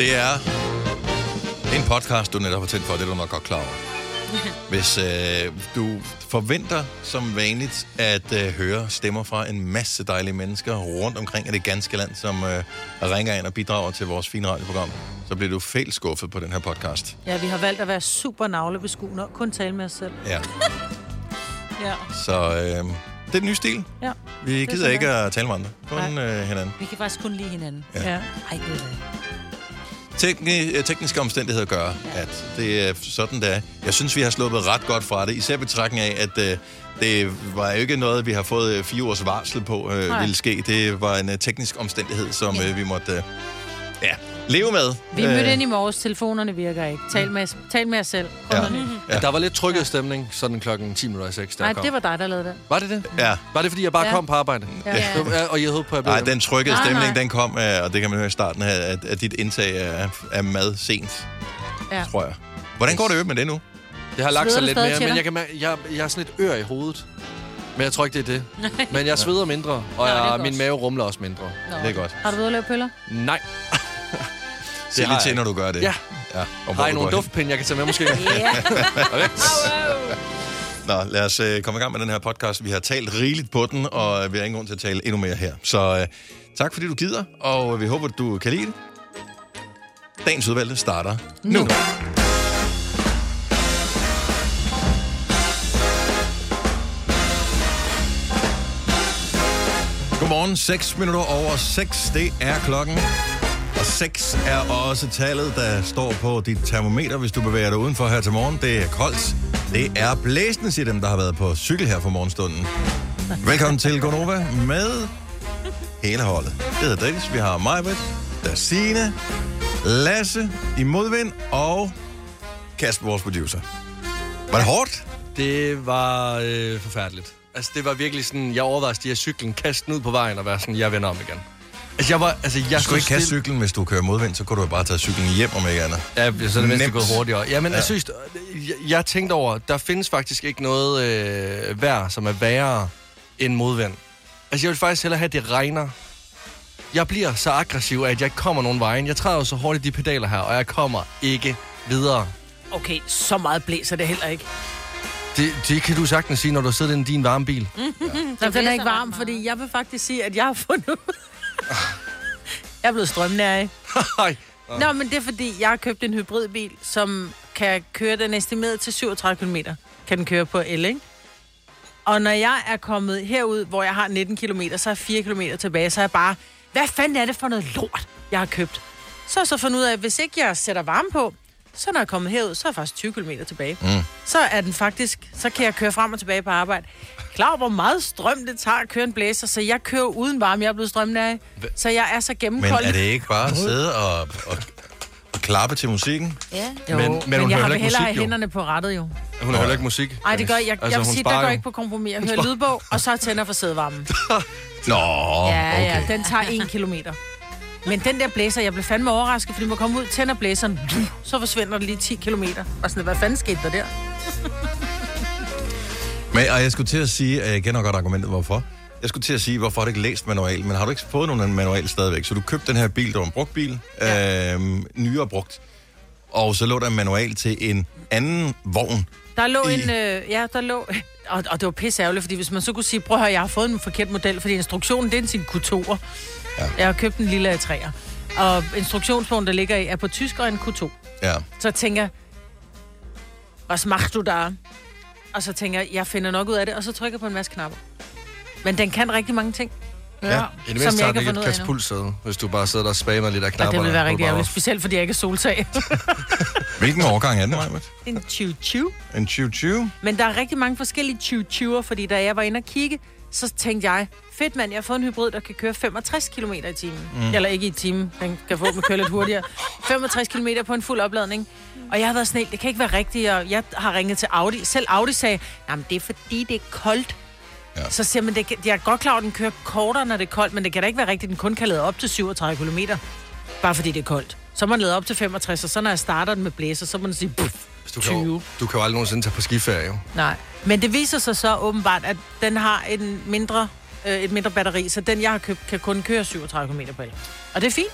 Det er en podcast, du netop har tændt for, det er du nok godt klar over. Hvis du forventer som vanligt at høre stemmer fra en masse dejlige mennesker rundt omkring i det ganske land, som ringer ind og bidrager til vores fine radioprogram, så bliver du fælt skuffet på den her podcast. Ja, vi har valgt at være super navlebeskuende og kun tale med os selv. Ja. Ja. Så det er den nye stil. Ja. Vi gider ikke at tale med andre. Kun hinanden. Vi kan faktisk kun lide hinanden. Ja. Ej, det er det. Tekniske omstændigheder gør, at det er sådan, det er. Jeg synes, vi har sluppet ret godt fra det. Især betragtning af, at det var jo ikke noget, vi har fået 4 års varsel på ville ske. Det var en teknisk omstændighed, som vi måtte leve med. Vi mødte ind i morges. Telefonerne virker ikke. Tal med jer selv. Ja. Der var lidt trykket stemning, sådan klokken 10:06. Nej, det var dig, der lavede det. Var det det? Ja. Var det, fordi jeg bare kom på arbejde? Ja. Og jeg håbede på, at jeg Nej, den trykkede stemning, den kom, og det kan man høre i starten her, at dit indtag er mad sent, tror jeg. Hvordan går det med det nu? Det har lagt sig lidt mere, men jeg er sådan lidt ør i hovedet. Men jeg tror ikke, det er det. Men jeg sveder mindre, og min mave rumler også mindre. Det er godt. Har du været at lave piller? Nej. Se lige til, når du gør det. Ja. Har I nogle duftpinde, jeg kan tage med måske? Okay. Nå, lad os komme i gang med den her podcast. Vi har talt rigeligt på den, og vi har ingen grund til at tale endnu mere her. Så tak fordi du gider, og vi håber, du kan lide det. Dagens udvalgte starter nu. Godmorgen, 6:06. Det er klokken. Og 6 er også tallet, der står på dit termometer, hvis du bevæger dig udenfor her til morgen. Det er koldt. Det er blæsende, siger dem, der har været på cykel her for morgenstunden. Velkommen til Gonova med hele holdet. Det hedder Dennis. Vi har Majbert, der er Signe, Lasse i modvind og Kasper, vores producer. Var det hårdt? Det var forfærdeligt. Altså, det var virkelig sådan, jeg overvejede at stige af cyklen, kaste den ud på vejen og være sådan, jeg vender om igen. Jeg skulle ikke kaste cyklen, hvis du kører modvind, så kunne du bare tage cyklen hjem om ikke andet. Ja, så er det mest gået hurtigere. Ja, men synes, jeg tænkte over, der findes faktisk ikke noget vejr, som er værre end modvind. Altså, jeg vil faktisk hellere have, at det regner. Jeg bliver så aggressiv, at jeg ikke kommer nogen vejen. Jeg træder jo så hurtigt de pedaler her, og jeg kommer ikke videre. Okay, så meget blæser det heller ikke. Det kan du sagtens sige, når du sidder i din varme bil. Den er ikke varm, fordi jeg vil faktisk sige, at jeg har fundet ud. Jeg er blevet strømnær. Nå, men det er fordi, jeg har købt en hybridbil, som kan køre den estimeret til 37 km. Kan den køre på el, ikke? Og når jeg er kommet herud, hvor jeg har 19 km, så er 4 km tilbage, så er jeg bare, hvad fanden er det for noget lort, jeg har købt? Så har jeg så fundet ud af, at hvis ikke jeg sætter varme på, så når jeg er kommet herud, så er jeg faktisk 20 km tilbage. Så er den faktisk, så kan jeg køre frem og tilbage på arbejde. Klar, hvor meget strøm det tager at køre en blæser, så jeg kører uden varme, jeg er blevet strømnær. Så jeg er så gennemkold. Men er det ikke bare at sidde og klappe til musikken? Ja, jo. Men jeg har hellere have hænderne på rattet, jo. Hun har heller ikke musik. Nej, det gør jeg. Jeg vil sige, der går ikke på kompromis. Jeg hører lydbog, og så tænder for sædevarmen. Nå, ja, den tager 1 kilometer. Men den der blæser, jeg blev fandme overrasket, fordi man kommer ud, tænder blæseren, så forsvinder det lige 10 kilometer. Og sådan, hvad fanden skete der? Og jeg skulle til at sige, jeg kender godt argumentet, hvorfor. Jeg skulle til at sige, hvorfor har du ikke læst manual, men har du ikke fået nogen manual stadigvæk? Så du købte den her bil, det var en brugt bil, nyere brugt, og så lå der en manual til en anden vogn. Der lå der lå, og det var pisseærgerligt, fordi hvis man så kunne sige, prøv at høre, jeg har fået en forkert model, fordi instruktionen, det er sin Q2'er. Ja. Jeg har købt en lille A3'er, og instruktionsbogen, der ligger i, er på tysk og en Q2. Ja. Så jeg tænker, hvad machst du der? Og så tænker jeg finder nok ud af det, og så trykker på en masse knapper. Men den kan rigtig mange ting. Ja. I det mindste tager det ikke et katapultsæde, hvis du bare sidder der og spammer lidt af knapper. Ja, det vil være rigtig ærgerligt, specielt fordi jeg ikke er soltag. Hvilken årgang er den, Majbert? En 2020. En 2020? Men der er rigtig mange forskellige 2020'er, fordi da jeg var inde og kigge, så tænkte jeg, fedt mand, jeg har fået en hybrid, der kan køre 65 km i timen. Eller ikke i timen, den kan forhåbentlig køre lidt hurtigere. 65 km på en fuld opladning. Og jeg har været sådan, det kan ikke være rigtigt, og jeg har ringet til Audi. Selv Audi sagde, men det er fordi, det er koldt. Ja. Så siger man, jeg er godt klar, at den kører kortere, når det er koldt, men det kan da ikke være rigtigt, at den kun kan lade op til 37 km. Bare fordi det er koldt. Så må man lade op til 65, og så når jeg starter den med blæser, så må man sige, puff, 20. Du kan jo aldrig nogensinde tage på skiferie, jo. Nej, men det viser sig så åbenbart, at den har et mindre batteri, så den, jeg har købt, kan kun køre 37 km på el. Og det er fint.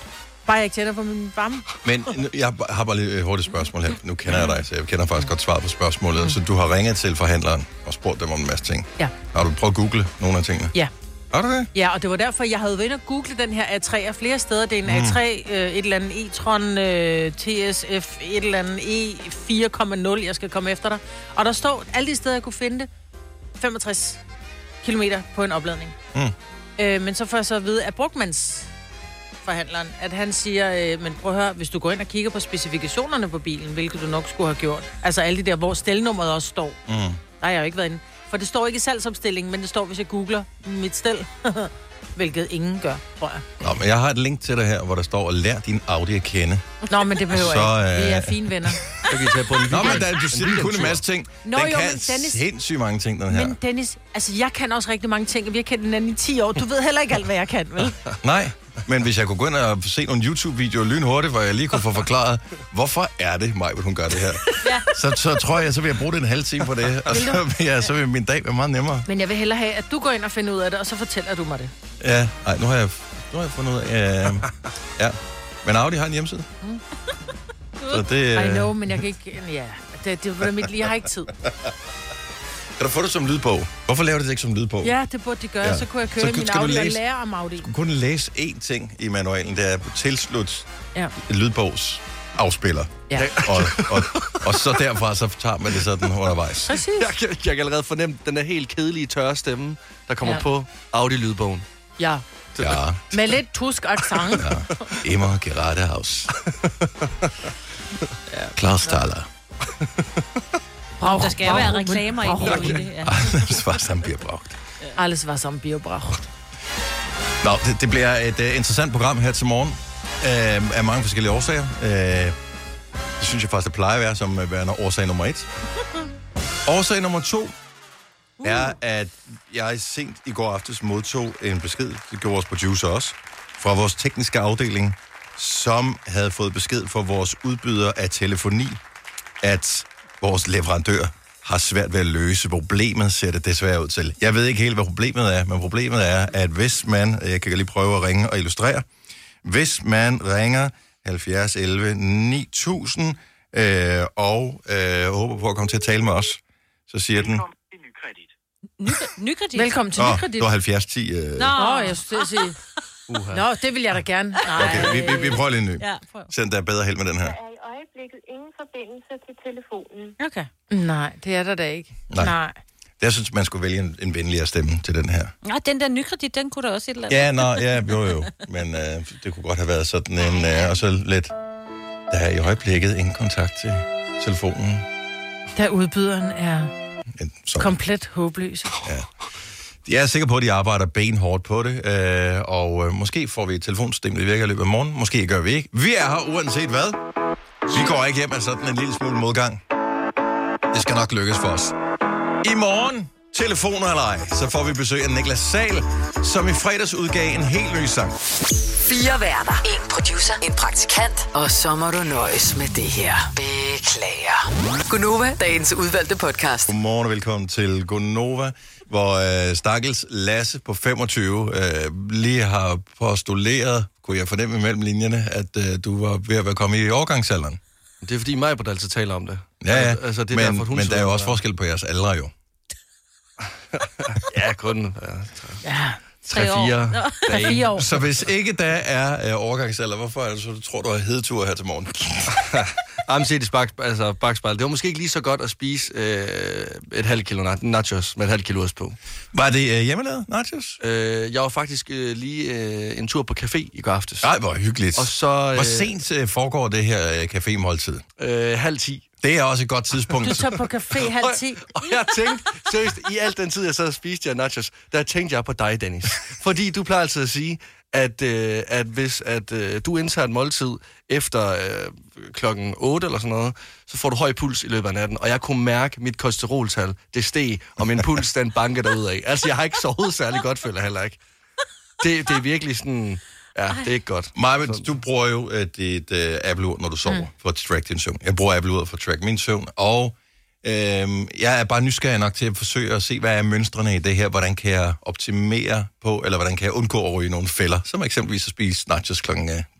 Bare jeg ikke tænder på min varme. Men jeg har bare lige et hurtigt spørgsmål her. Nu kender jeg dig, så jeg kender faktisk godt svaret på spørgsmålet. Så du har ringet til forhandleren og spurgt dem om en masse ting. Ja. Har du prøvet at google nogle af tingene? Ja. Har du det? Ja, og det var derfor, jeg havde været inde og google den her A3 af flere steder. Det er en A3, et eller andet e-tron, TSF, et eller andet E4,0, jeg skal komme efter dig. Og der står alle de steder, jeg kunne finde det, 65 kilometer på en opladning. Men så får jeg så at vide af brugtmandsforhandleren, at han siger, men prøv at høre, hvis du går ind og kigger på specifikationerne på bilen, hvilket du nok skulle have gjort, altså alle de der, hvor stelnummeret også står, der har jeg jo ikke været inde. For det står ikke i salgsopstillingen, men det står, hvis jeg googler mit stel. Hvilket ingen gør, tror jeg. Nå, men jeg har et link til dig her, hvor der står, lær din Audi at kende. Nå, men det behøver jeg ikke. Vi er fine venner. Så kan I tage på en Nå, men du siger kun en masse ting. Nå, den jo, kan Dennis, sindssygt mange ting, den her. Men Dennis, altså jeg kan også rigtig mange ting, og vi har kendt hinanden i 10 år. Du ved heller ikke alt, hvad jeg kan, vel? Nej, men hvis jeg kunne gå ind og se nogle YouTube-videoer lynhurtigt, hvor jeg lige kunne få forklaret, hvorfor er det mig, at hun gør det her? Ja. Så tror jeg, så vil jeg bruge det en halv time på det, og så vil min dag være meget nemmere. Men jeg vil hellere have, at du går ind og finder ud af det, og så fortæller du mig det. Ja, nej, nu har jeg fundet ud af... ja, men Audi har en hjemmeside. Så det... I know, men jeg kan ikke... Ja, det var mit lige. Jeg har ikke tid. Kan du få det som lydbog? Hvorfor laver du det ikke som lydbog? Ja, det burde de gøre. Ja. Så kunne jeg køre min Audi og lære om Audi. Du kunne kun læse én ting i manualen. Det er tilslut lydbogs afspiller. Ja. Og så derfra, så tager man det sådan undervejs. Præcis. Jeg kan allerede fornemme den der helt kedelige, tørre stemme, der kommer på Audi-lydbogen. Ja. Med lidt tusk accent. Ja. Immer geradeaus. Klaus Thaler. Der skal være reklamer i det. Ja. Alles, was am Bier braucht. Alles, was am Bier braucht. Nå, det bliver et interessant program her til morgen. Af mange forskellige årsager. Det synes jeg faktisk, det plejer at være som værende årsag nummer 1. Årsag nummer 2 er, at jeg sent i går aftes modtog en besked, det gjorde vores producer også, fra vores tekniske afdeling, som havde fået besked fra vores udbyder af telefoni, at vores leverandør har svært ved at løse problemet, ser det desværre ud til. Jeg ved ikke helt, hvad problemet er, men problemet er, at hvis man, jeg kan lige prøve at ringe og illustrere, hvis man ringer 70 11 9000 og håber på at komme til at tale med os, så siger den... Nykredit? Velkommen til Nykredit. Det var 70 10... jeg skulle sige... Nå, det vil jeg da gerne. Nej. Okay, vi prøver lige en ny. Ja, Send der bedre held med den her. Der er i øjeblikket ingen forbindelse til telefonen. Okay. Nej, det er der da ikke. Nej. Jeg synes, man skulle vælge en venligere stemme til den her. Nej, den der Nykredit, den kunne da også et eller andet. Jo. Men det kunne godt have været sådan en... og så lidt... Der er i øjeblikket ingen kontakt til telefonen. Da udbyderen er komplet håbløs. Ja. Jeg er sikker på, at de arbejder benhårdt på det, og måske får vi et telefonsystem, der virker i løbet af morgen. Måske gør vi ikke. Vi er her uanset hvad. Vi går ikke hjem af sådan en lille smule modgang. Det skal nok lykkes for os. I morgen, telefoner eller ej, så får vi besøg af Niklas Sahl, som i fredags udgav en helt ny sang. 4 værter, 1 producer, en praktikant, og så må du nøjes med det her. Beklager. Gunova, dagens udvalgte podcast. Godmorgen og velkommen til Gunova, hvor stakkels Lasse på 25 lige har postuleret, kunne jeg fornemme mellem linjerne, at du var ved at være kommet i overgangsalderen. Det er fordi mig på altid taler om det. Ja, altså, det er men, derfor, men der er jo også forskel på jeres aldre jo. Ja, kun 3-4 år. Så hvis ikke der er overgangsalder, hvorfor er det så, du tror, du har hedetur her til morgen? Jamen, set i bakspejl. Det var måske ikke lige så godt at spise et halvt kilo nachos med et halvt kilo ost på. Var det hjemmelavet nachos? Jeg var faktisk lige en tur på café i går aftes. Nej, hvor hyggeligt. Og så, hvor sent foregår det her café-måltid? 9:30. Det er også et godt tidspunkt. Du tager på café 9:30. Og jeg tænkte, seriøst, i al den tid, jeg sad og spiste nachos, der tænkte jeg på dig, Dennis. Fordi du plejer altid at sige, at hvis du indtager et måltid efter klokken 8 eller sådan noget, så får du høj puls i løbet af natten. Og jeg kunne mærke mit kolesteroltal, det steg, og min puls, den banker derudad. Altså, jeg har ikke sovet særlig godt, føler jeg heller ikke. Det er virkelig sådan... Ja, det er ikke godt. Maja, du bruger jo dit Apple-ur, når du sover, for at track din søvn. Jeg bruger Apple-uret for at track min søvn, og jeg er bare nysgerrig nok til at forsøge at se, hvad er mønstrene i det her, hvordan kan jeg optimere på, eller hvordan kan jeg undgå at ryge nogle fælder, som eksempelvis at spise nachos klokken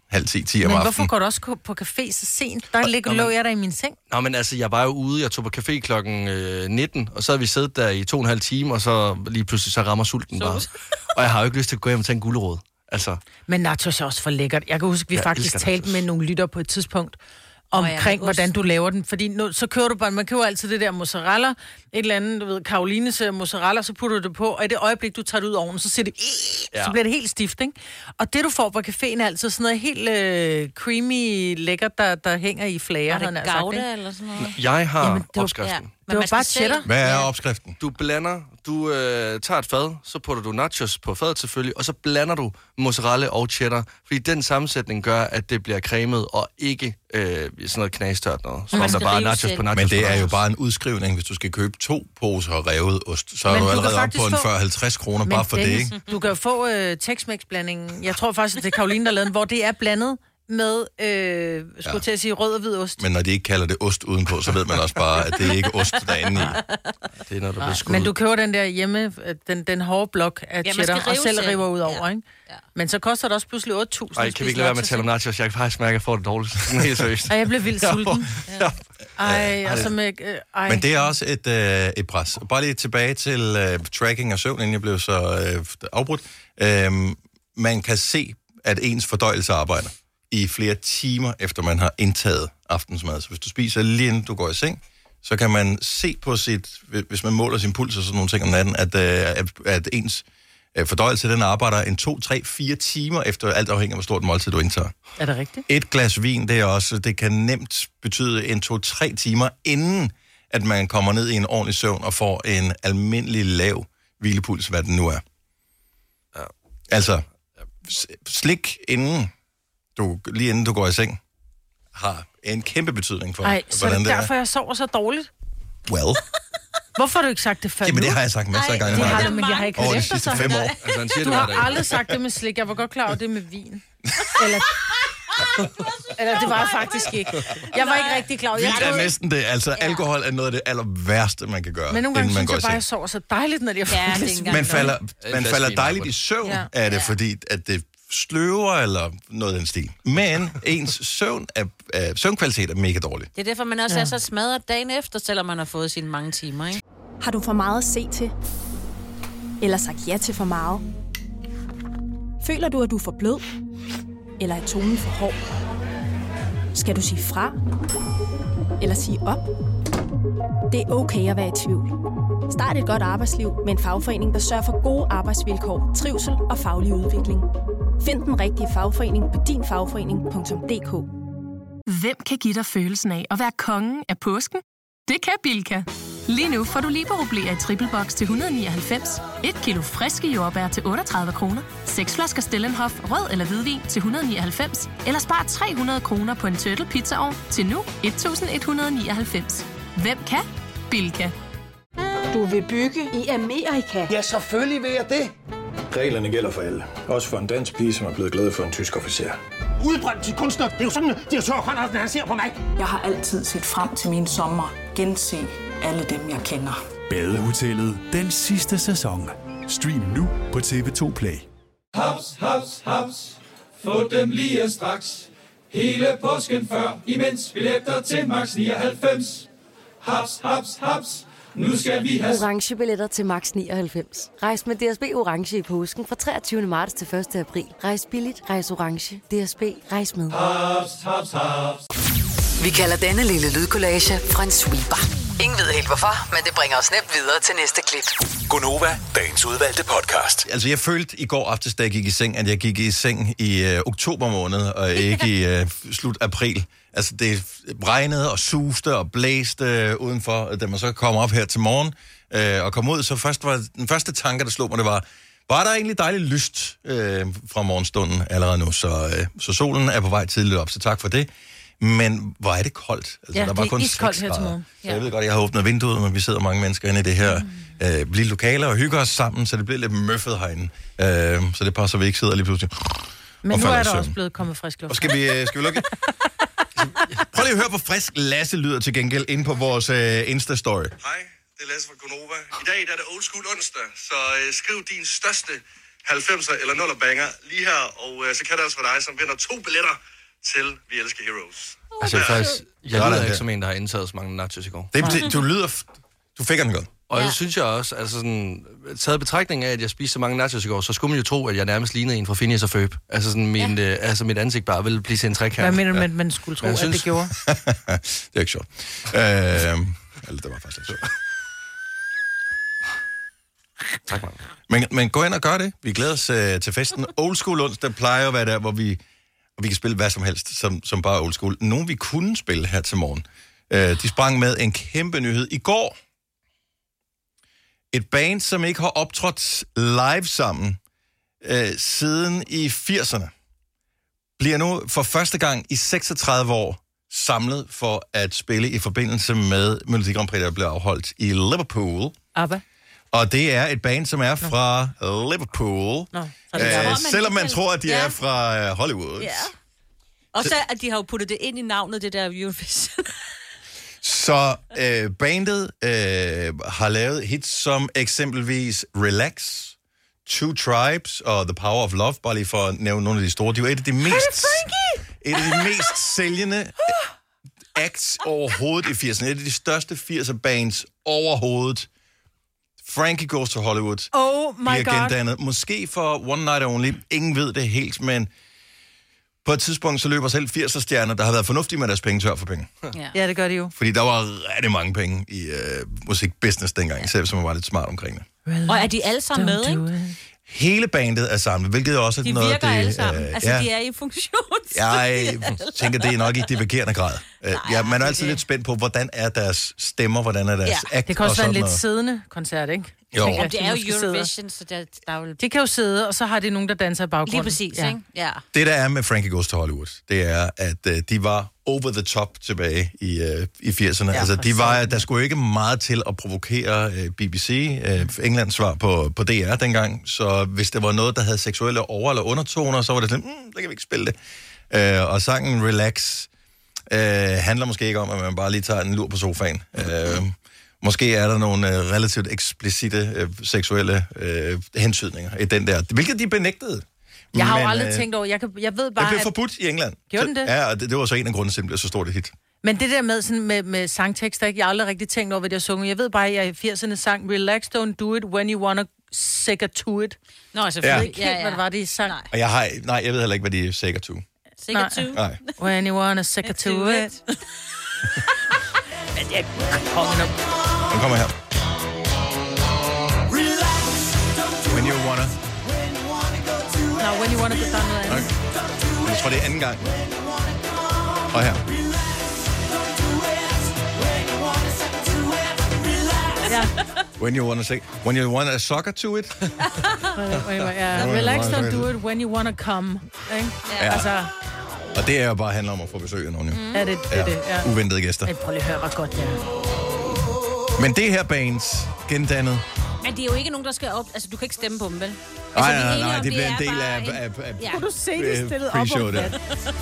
9:30 om Men aftenen. hvorfor går du også på café så sent? Der lå jeg der i min seng. Nå, men altså, jeg var jo ude, jeg tog på café klokken 19, og så havde vi siddet der i 2,5 timer, og så lige pludselig så rammer sulten bare. Og jeg har jo ikke lyst til at gå hjem og tage en gulerod. Altså. Men nachos er også for lækkert. Jeg kan huske, at vi faktisk talte med nogle lytter på et tidspunkt omkring, hvordan du laver den. Fordi så kører du bare, man køber altid det der mozzarella, et eller andet, du ved, Carolines mozzarella, så putter du det på, og i det øjeblik, du tager det ud af ovnen, så siger det, så bliver det helt stift, ikke? Og det, du får på caféen, er altid sådan noget helt creamy, lækkert, der hænger i flager. Er det gouda eller sådan noget? Jeg har opskriften. Ja. Det var bare cheddar. Hvad er opskriften? Du blander, du tager et fad, så putter du nachos på fadet selvfølgelig, og så blander du mozzarella og cheddar, fordi den sammensætning gør, at det bliver cremet og ikke sådan noget knastørt noget. Så der bare nachos på nachos. Men det er jo bare en udskrivning, hvis du skal købe 2 poser revet ost, så er du allerede oppe på en 40-50 kroner bare for det, ikke? Du kan jo få Tex-Mex-blandingen. Jeg tror faktisk, det er Caroline, der lavede den, hvor det er blandet med, skulle til at sige, rød og hvid ost. Men når de ikke kalder det ost udenpå, så ved man også bare, at det ikke er ost, der er inde i. Det er noget, der bliver skudt. Men du køber den der hjemme, den hårde blok af cheddar, og selv river ud over, ikke? Ja. Men så koster det også pludselig 8.000. Ej, kan vi ikke lade være med at tale om nachos? Jeg kan faktisk mærke, at jeg får det dårligt. Sådan helt seriøst. Og jeg bliver vildt sulten. Ja. Ej, og så med... Men det er også et pres. Bare lige tilbage til tracking og søvn, inden jeg blev så afbrudt. Man kan se, at ens fordøjelse arbejder i flere timer, efter man har indtaget aftensmad. Så hvis du spiser lige inden du går i seng, så kan man se på hvis man måler sin puls og sådan nogle ting om natten, at ens fordøjelse, den arbejder en 2, 3, 4 timer efter alt afhængig af, hvor stort måltid du indtager. Er det rigtigt? Et glas vin, det kan nemt betyde en 2-3 timer, inden at man kommer ned i en ordentlig søvn og får en almindelig lav hvilepuls, hvad den nu er. Ja. Altså, slik lige inden du går i seng, har en kæmpe betydning for, hvordan det er. Så derfor, jeg sover så dårligt? Well. Hvorfor har du ikke sagt det før? Jamen, det har jeg sagt masser af gange. Det har du, men jeg har ikke hørt efter sig. Over de sidste 5 år. Altså, du har aldrig sagt det med slik. Jeg var godt klar over det med vin. Eller det var jeg faktisk ikke. Jeg var ikke rigtig klar over. Vin er næsten det. Altså, alkohol er noget af det aller værste, man kan gøre. Men nogle gange synes jeg bare, jeg sover så dejligt, når de har fået Man falder dejligt i søvn af det, fordi at det sløver eller noget af den stil. Men ens søvnkvalitet er mega dårlig. Det er derfor, man også er så smadret dagen efter, selvom man har fået sine mange timer, ikke? Har du for meget at se til? Eller sagt ja til for meget? Føler du, at du er for blød? Eller er tonen for hård? Skal du sige fra? Eller sige op? Det er okay at være i tvivl. Start et godt arbejdsliv med en fagforening, der sørger for gode arbejdsvilkår, trivsel og faglig udvikling. Find den rigtige fagforening på dinfagforening.dk. Hvem kan give dig følelsen af at være kongen af påsken? Det kan Bilka. Lige nu får du liberobleer i triple box til 199, 1 kilo friske jordbær til 38 kroner, 6 flasker Stellenhof rød eller hvidvin til 199, eller spar 300 kroner på en turtle pizzaovn til nu 1199. Hvem kan? Bilka. Du vil bygge i Amerika? Ja, selvfølgelig vil jeg det. Reglerne gælder for alle. Også for en dansk pige, som er blevet glad for en tysk officer. Udbrændt til kunstner. Det er jo sådan, at direktør Conradsen, han ser på mig. Jeg har altid set frem til min sommer. Gense alle dem, jeg kender. Badehotellet den sidste sæson. Stream nu på TV2 Play. Haps, haps, haps. Få dem lige straks. Hele påsken før, imens billetter til max 99. Haps, haps, haps. Nu skal vi have orange billetter til max 99. Rejs med DSB orange i påsken fra 23. marts til 1. april. Rejs billigt, rejs orange. DSB, rejs med. Haps, haps, haps. Vi kalder denne lille lydkollage en sweeper. Ingen ved helt hvorfor, men det bringer os nemt videre til næste klip. Gonova, dagens udvalgte podcast. Altså, jeg følte i går aftes, da jeg gik i seng, at jeg gik i seng i oktober måned, og ikke i slut april. Altså, det regnede og suste og blæste udenfor, da man så kom op her til morgen og kom ud. Så den første tanke, der slog mig, det var der egentlig dejligt lyst fra morgenstunden allerede nu. Så solen er på vej tidligt op, så tak for det. Men hvor er det koldt? Altså, ja, der var det er kun iskoldt her til morgen. Så jeg ved godt, jeg har åbnet vinduet, men vi sidder mange mennesker inde i det her lille lokale og hygger os sammen, så det bliver lidt møffet herinde. Så det passer, vi ikke sidder lige pludselig. Men nu er der også blevet kommet frisk luft. Og skal vi lukke? Prøv lige at høre, hvor frisk Lasse lyder til gengæld inde på vores Insta-story. Hej, det er Lasse fra Gonova. I dag er det old school onsdag, så skriv din største 90'er eller 0'er banger lige her, og så kan det også være dig, som vinder 2 billetter til Vi Elsker Heroes. Altså jeg lyder ikke som en, der har indtaget så mange nachos i går. Du fik den godt. Og så synes jeg også, altså sådan, taget betragtning af, at jeg spiste så mange nachos i går, så skulle man jo tro, at jeg nærmest lignede en fra Phineas og Ferb. Altså sådan altså mit ansigt bare ville blive til en trekant. Hvad mener du med, at man skulle tro, at det gjorde? Det er ikke sjovt. Eller det var faktisk ikke sjovt. Tak, man. Men gå ind og gør det. Vi glæder os til festen. Old School onsdag plejer at være der, hvor vi kan spille hvad som helst, som bare old school. Nogen vi kunne spille her til morgen. De sprang med en kæmpe nyhed i går. Et band, som ikke har optrådt live sammen siden i 80'erne, bliver nu for første gang i 36 år samlet for at spille i forbindelse med Melodi Grand Prix, der bliver afholdt i Liverpool. ABBA. Og det er et band, som er fra Liverpool. Selvom man tror, at de er fra Hollywood. Ja. Og så at de har jo puttet det ind i navnet, det der Eurovision. Så bandet har lavet hits som eksempelvis Relax, Two Tribes og The Power of Love, bare lige for at nævne nogle af de store. Det er jo et af de mest sælgende acts overhovedet i 80'erne. Et af de største 80'er bands overhovedet. Frankie Goes to Hollywood. Oh my god. Gendannet. Måske for One Night Only. Ingen ved det helt, men på et tidspunkt så løber selv 80'er-stjerner, der har været fornuftige med deres penge, tør for penge. Ja, det gør de jo. Fordi der var rigtig mange penge i musikbusiness dengang, selv som man var lidt smart omkring det. Og er de alle sammen med, ikke? Hele bandet er samlet, hvilket er også de noget... De virker alle sammen. Altså, de er i funktion. Jeg tænker, det er nok i divergerende grad. Man er altid lidt spændt på, hvordan er deres stemmer, hvordan er deres act. Det kan også være en lidt siddende koncert, ikke? Jo. Det er jo Eurovision, så der er jo... De kan jo sidde, og så har de nogen, der danser i baggrunden. Lige præcis, ikke? Ja. Det, der er med Frankie Goes to Hollywood, det er, at de var over the top tilbage i 80'erne. Altså, der skulle jo ikke meget til at provokere BBC, Englands svar på DR dengang. Så hvis det var noget, der havde seksuelle over- eller undertoner, så var det sådan, der kan vi ikke spille det. Og sangen Relax handler måske ikke om, at man bare lige tager en lur på sofaen. Måske er der nogle relativt eksplicite seksuelle hentydninger i den der, hvilket de benægtede. Jeg har jo aldrig tænkt over, jeg ved bare, det blev forbudt i England. Gjorde den det? Ja, og det var så en af grunden til, at det blev så stort et hit. Men det der med, sådan med sangtekster, jeg har aldrig rigtig tænkt over, hvad de har sunget. Jeg ved bare, at jeg i 80'erne sang Relax, don't do it, when you wanna sick to it. Nå, selvfølgelig. Ja. Hvad var det, I sang? Og jeg ved heller ikke, hvad de er sikker to. Sikker to? Nej. When you wanna sick to it. Men jeg kommer op. Den kommer her. When you wanna... No, when you wanna go down noget andet. Okay. Jeg tror, det er anden gang. Og her. Ja. When you wanna a sucker to it. Relax, don't do it when you wanna come. Ja. Altså... Og det er jo bare handler om at få besøg af nogen. Ja, det er det. Ja. Uventede gæster. Men prøv lige at høre, hvor godt det er. Men det her bands gendannet. Men det er jo ikke nogen, der skal op... Altså, du kan ikke stemme på dem, vel? Nej, det bliver en del af Kunne du se det stillet op om det?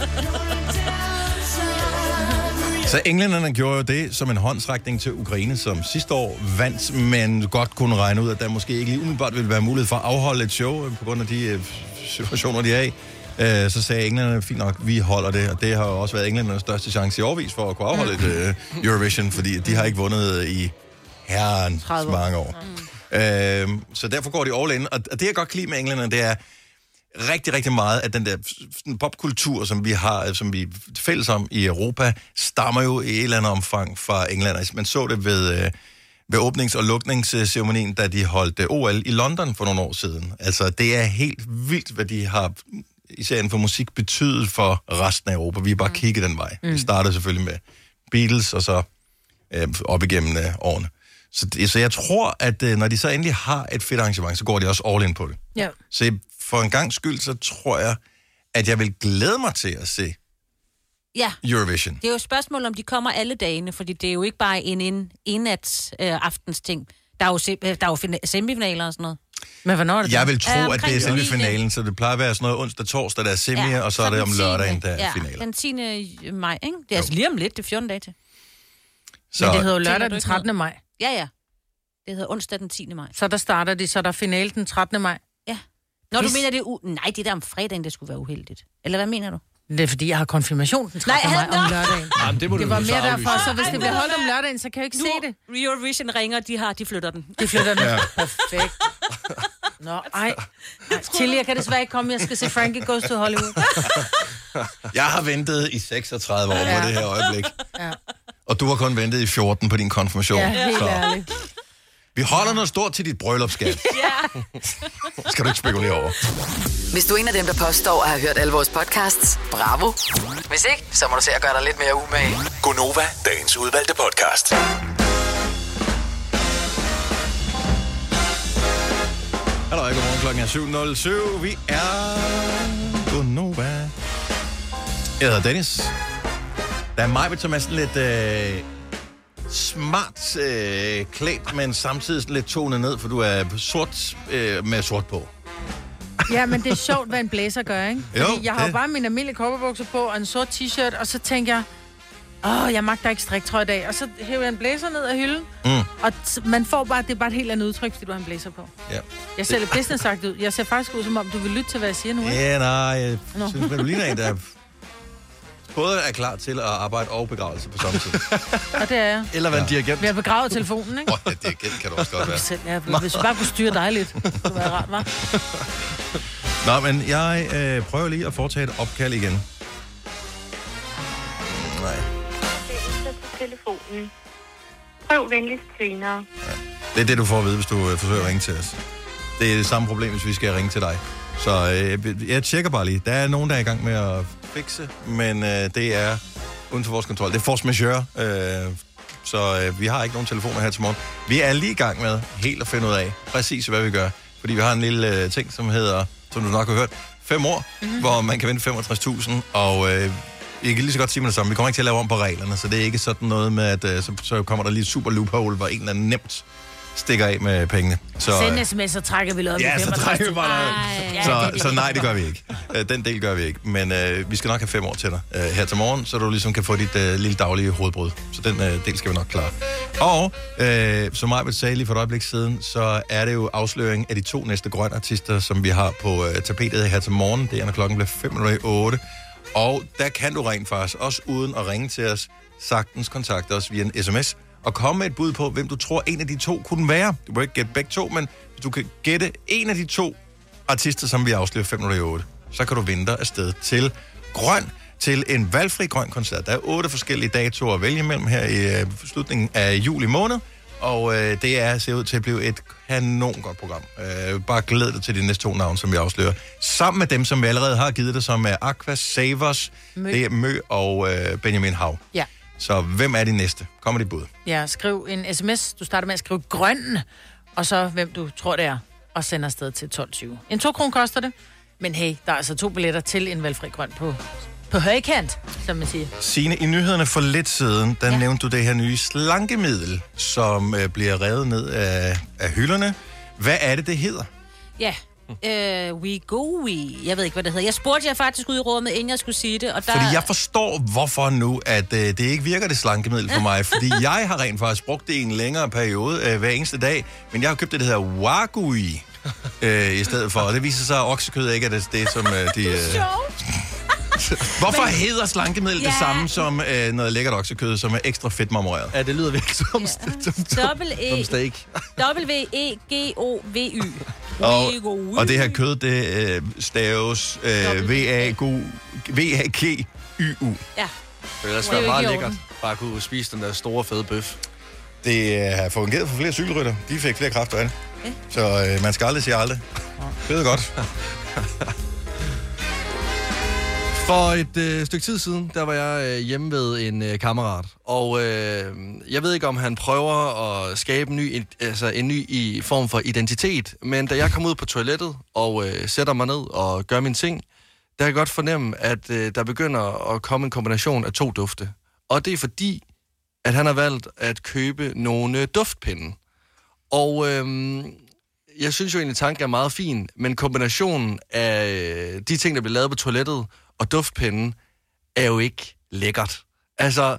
Så englænderne gjorde jo det som en håndsrækning til Ukraine, som sidste år vandt, men godt kunne regne ud, at der måske ikke lige umiddelbart ville være mulighed for at afholde et show på grund af de situationer, de er i. Så sagde englænderne, fint nok, vi holder det, og det har jo også været englændernes største chance i årvis for at kunne afholde et Eurovision, fordi de har ikke vundet i herrens mange år. Så derfor går de all in, og det jeg godt kan lide med englænderne, det er rigtig, rigtig meget af den der popkultur, som vi har, som vi fælles om i Europa, stammer jo i et eller andet omfang fra England. Man så det ved åbnings- og lukningsceremonien, da de holdt OL i London for nogle år siden. Altså, det er helt vildt, hvad de har, især inden for musik, betydet for resten af Europa. Vi er bare kigget den vej. Vi startede selvfølgelig med Beatles, og så op igennem årene. Så jeg tror, at når de så endelig har et fedt arrangement, så går de også all in på det. Ja. Så for en gang skyld, så tror jeg, at jeg vil glæde mig til at se Eurovision. Det er jo et spørgsmål, om de kommer alle dagene, fordi det er jo ikke bare en nats aftens ting. Der er jo semifinaler og sådan noget. Men hvornår er det? Jeg vil tro, at det er selve finalen, så det plejer at være sådan noget onsdag, torsdag, der er semi, og så er det om lørdagen, der er finaler. Den 10. maj, ikke? Det er altså lige om lidt, det er 14 dage til. Så, men det hedder jo lørdag den 13. maj. Ja. Det hedder onsdag den 10. maj. Så der starter de, så der er finale den 13. maj. Ja. Nå, du mener, det er nej, det der om fredagen, det skulle være uheldigt. Eller hvad mener du? Det er fordi, jeg har konfirmation den 13. maj om lørdagen. Jamen, det var mere derfor, så hvis det bliver holdt om lørdagen, så kan jeg ikke se det. Eurovision ringer, de flytter den. De flytter den. Ja. Perfekt. Nå, ej. Chili, jeg kan desværre ikke komme. Jeg skal se Frankie Goes to Hollywood. Jeg har ventet i 36 år på det her øjeblik. Ja. Og du har kun ventet i 14 på din konfirmation. Ja, helt ærligt. Vi holder noget stort til dit bryllupsskat. Ja. Skal du ikke spekulere over. Hvis du er en af dem, der påstår at have hørt alle vores podcasts, bravo. Hvis ikke, så må du se at gøre dig lidt mere umage. Gonova, dagens udvalgte podcast. Hallo, godmorgen, klokken er 7.07. Vi er Gonova. Jeg hedder Dennis. Der er mig, som er sådan lidt smart klædt, men samtidig sådan lidt tonet ned, for du er sort med sort på. Ja, men det er sjovt, hvad en blæser gør, ikke? Fordi Jo, jeg har jo bare mine almindelige cowboybukser på og en sort t-shirt, og så tænker jeg, jeg magter ikke striktrøje i dag. Og så hæver jeg en blæser ned af hylden, og man får bare, det er bare et helt andet udtryk, fordi du har en blæser på. Ja. Jeg ser lidt business-sagt ud. Jeg ser faktisk ud, som om du vil lytte til, hvad jeg siger nu, ikke? Ja, nej, jeg synes, at du ligner en, der både er klar til at arbejde og begravelse på samme tid. Og det er jeg. Eller være en dirigent. Vi har begravet telefonen, ikke? Ja, dirigent kan du også godt være. Ja, hvis vi bare kunne styre dig lidt, det kunne være rart, hva'? Nå, men jeg prøver lige at foretage et opkald igen. Nej. Telefonen. Prøv venligst senere. Ja. Det er det, du får at vide, hvis du forsøger at ringe til os. Det er det samme problem, hvis vi skal ringe til dig. Så jeg tjekker bare lige. Der er nogen, der er i gang med at fikse, men det er uden for vores kontrol. Det er force majeure, så vi har ikke nogen telefoner her til morgen. Vi er lige i gang med helt at finde ud af præcis, hvad vi gør. Fordi vi har en lille ting, som hedder, som du nok har hørt, 5 år, hvor man kan vinde 65.000, og jeg kan lige så godt sige med det samme. Vi kommer ikke til at lave om på reglerne, så det er ikke sådan noget med, at så kommer der lige et super loophole, hvor en eller anden nemt stikker af med pengene. Send sms, så trækker vi løbet. Ja, så trækker vi bare så nej, det gør vi ikke. Den del gør vi ikke. Men vi skal nok have 5 år til dig her til morgen, så du ligesom kan få dit lille daglige hovedbrud. Så den del skal vi nok klare. Og som Maja sagde lige for et øjeblik siden, så er det jo afsløring af de 2 næste grønne artister, som vi har på tapetet her til morgen. Det er, når klokken bliver 5:08. Og der kan du rent faktisk, også uden at ringe til os, sagtens kontakte os via en sms, og komme med et bud på, hvem du tror, en af de 2 kunne være. Du må ikke gætte begge 2, men hvis du kan gætte en af de 2 artister, som vi afslører 5:08, så kan du vinde dig afsted til grøn, til en valgfri grøn koncert. Der er 8 forskellige datoer at vælge mellem her i slutningen af juli måned, og det ser ud til at blive et kanon godt program. Bare glæd dig til de næste 2 navne, som vi afslører. Sammen med dem, som vi allerede har givet dig, som er Aqua, Savers, det er Mø og Benjamin Hav. Ja. Så hvem er de næste? Kommer de bud? Ja, skriv en sms. Du starter med at skrive grøn, og så hvem du tror det er, og sender afsted til 12.20. En 2 kroner koster det, men hey, der er altså 2 billetter til en valgfri grøn på højkant, som man siger. Signe, i nyhederne for lidt siden, der nævnte du det her nye slankemiddel, som bliver revet ned af hylderne. Hvad er det hedder? Ja, Wegovy. Jeg ved ikke, hvad det hedder. Jeg spurgte jer faktisk ud i rummet, inden jeg skulle sige det. Og der... Fordi jeg forstår, hvorfor nu, at det ikke virker det slankemiddel for mig. Fordi jeg har rent faktisk brugt det i en længere periode hver eneste dag. Men jeg har købt det, der hedder Wagyu i stedet for. Og det viser sig, at oksekød ikke er det som de... Hvorfor hedder slankemiddel det samme som noget lækkert oksekød, som er ekstra fedt marmoreret? Ja, det lyder virkelig som steak. W-E-G-O-V-Y. Og det her kød, det staves V-A-G-Y-U. Ja. Det vil ellers være meget lækkert, bare at kunne spise den der store, fede bøf. Det har fungeret for flere cykelrytter. De fik flere kræfter af det. Okay. Så man skal aldrig sige aldrig. Det er godt. For et stykke tid siden, der var jeg hjemme ved en kammerat, og jeg ved ikke, om han prøver at skabe en ny form for identitet, men da jeg kom ud på toilettet og sætter mig ned og gør min ting, der kan jeg godt fornemme, at der begynder at komme en kombination af 2 dufte. Og det er fordi, at han har valgt at købe nogle duftpinde. Og jeg synes jo egentlig, at tanken er meget fin, men kombinationen af de ting, der bliver lavet på toilettet, og duftpinden er jo ikke lækkert. Altså,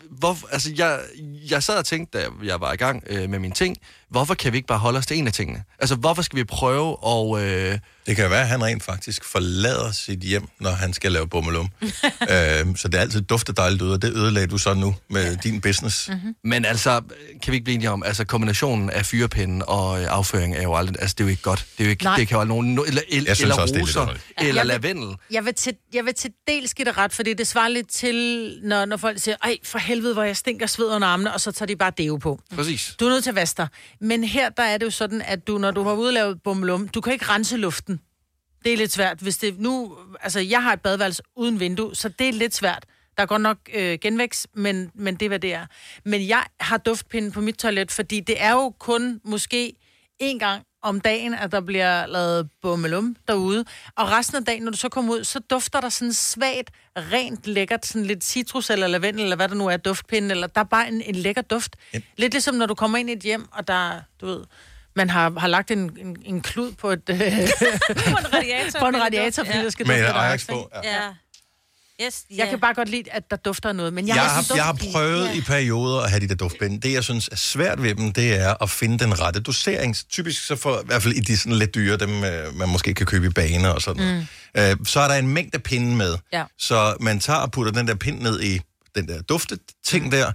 jeg sad og tænkte, da jeg var i gang med mine ting, hvorfor kan vi ikke bare holde os til en af tingene? Altså, hvorfor skal vi prøve at... Det kan være, at han rent faktisk forlader sit hjem, når han skal lave bummelum. Så det er altid dufter dejligt ud, og det ødelagde du så nu med din business. Mm-hmm. Men altså, kan vi ikke blive enige om, altså kombinationen af fyrepinden og afføring er jo aldrig... Altså, det er jo ikke godt. Det er jo ikke... Det kan jo nogen... Eller roser, eller lavendel. Jeg vil til dels give det ret, fordi det svarer lidt til, når folk siger, ej, for helvede, hvor jeg stinker sved under armene, og så tager de bare deo på. Præcis. Du er nødt til at vaske dig. Men her, der er det jo sådan, at når du har udlavet bummelum, du kan ikke rense luften. Det er lidt svært. Hvis det nu... Altså, jeg har et badeværelse uden vindue, så det er lidt svært. Der er godt nok genvækst, men det er, hvad det er. Men jeg har duftpinde på mit toilet, fordi det er jo kun måske en gang om dagen, at der bliver lavet bummelum derude. Og resten af dagen, når du så kommer ud, så dufter der sådan svagt, rent lækkert, sådan lidt citrus eller lavendel, eller hvad der nu er, duftpinde, eller der er bare en lækker duft. Yep. Lidt ligesom når du kommer ind i et hjem, og der, du ved... Man har lagt en klud på et... på en radiator, fordi der skal dufte. Med Ajax på. Ja. Yes, jeg kan bare godt lide, at der dufter noget. Men jeg har prøvet i perioder at have de der duftpinde. Det, jeg synes er svært ved dem, det er at finde den rette dosering. Typisk så får, i hvert fald i de sådan lidt dyre, dem man måske kan købe i baner og sådan noget. Så er der en mængde pinde med. Ja. Så man tager og putter den der pind ned i den der dufteting der.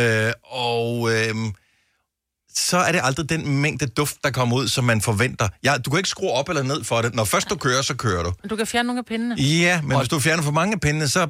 Så er det aldrig den mængde duft, der kommer ud, som man forventer. Du kan ikke skrue op eller ned for det. Når først du kører, så kører du. Du kan fjerne nogle af pindene. Ja, men hvis du fjerner for mange af pindene, så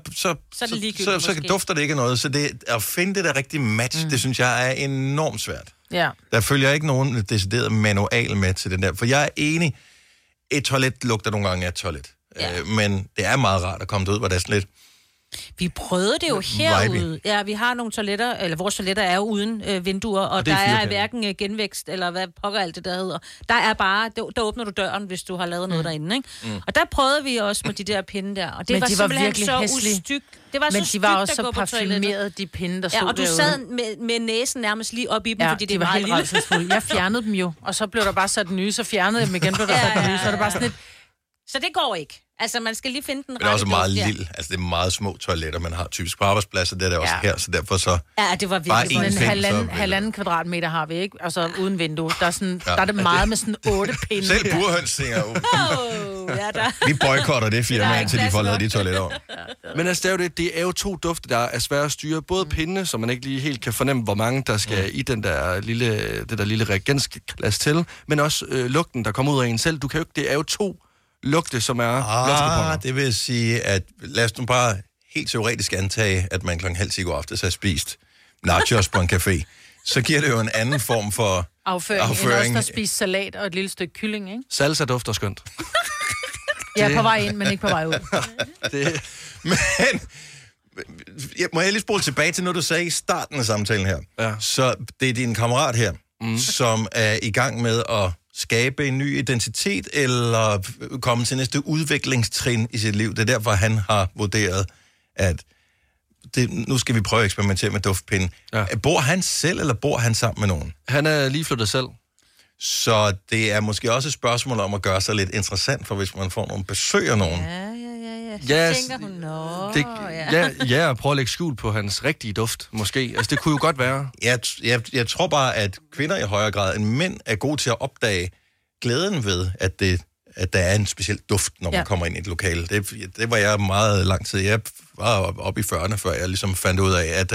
dufter det ikke noget. Så det, at finde det der rigtige match, det synes jeg er enormt svært. Ja. Der følger ikke nogen decideret manual med til den der. For jeg er enig, et toilet lugter nogle gange af et toilet. Ja. Men det er meget rart at komme ud, hvor det er sådan lidt... Vi prøvede det jo herude. Ja, vi har nogle toiletter, eller vores toiletter er jo uden vinduer, og der er hverken genvækst, eller hvad pokker alt det der hedder. Der er bare, der åbner du døren, hvis du har lavet noget derinde, ikke? Og der prøvede vi også med de der pinde der, og det var simpelthen så ustygt. Det var men så de var også så parfumerede, de pinde, der stod derude. Ja, og du sad med næsen nærmest lige op i dem, fordi det var helt rædselsfuldt. Jeg fjernede dem jo, og så blev der bare sat nye, så fjernede jeg dem igen, blev der sat nye, så er det bare sådan lidt... Så det går ikke. Altså, man skal lige finde den rette. Men det er også meget lille. Altså, det er meget små toiletter, man har typisk på arbejdspladser. Det er der også her, så derfor så... Ja, det var virkelig sådan en halvanden kvadratmeter har vi, ikke? Altså, uden vindue. Der er, sådan, der er det meget med sådan 8 pinde. Selv burhøns, siger jeg. Vi boykotter det firma, indtil de får lavet de toiletter. Men altså, det er jo to dufte, der er svære at styre. Både pinde, så man ikke lige helt kan fornemme, hvor mange der skal i det der lille reagensglas til, men også lugten, der kommer ud af en selv. Du kan jo ikke... Det er jo to lugte, som er det vil sige, at lad os nu bare helt teoretisk antage, at man 9:30 i går aftes har spist nachos på en café. Så giver det jo en anden form for afføring. End også der spiser salat og et lille stykke kylling, ikke? Salsa dufter skønt. Jeg er på vej ind, men ikke på vej ud. Men må jeg lige spole tilbage til noget, du sagde i starten af samtalen her. Ja. Så det er din kammerat her, som er i gang med at skabe en ny identitet, eller komme til næste udviklingstrin i sit liv. Det er derfor, han har vurderet, at nu skal vi prøve at eksperimentere med duftpinde. Ja. Bor han selv, eller bor han sammen med nogen? Han er lige flyttet selv. Så det er måske også et spørgsmål om at gøre sig lidt interessant, for hvis man får nogle besøg af nogen. Ja. Så tænker hun, ja, prøv at lægge skjul på hans rigtige duft, måske. Altså, det kunne jo godt være. Jeg tror bare, at kvinder i højere grad end mænd er gode til at opdage glæden ved, at der er en speciel duft, når man kommer ind i et lokale. Det var jeg meget lang tid. Jeg var oppe i 40'erne, før jeg ligesom fandt ud af, at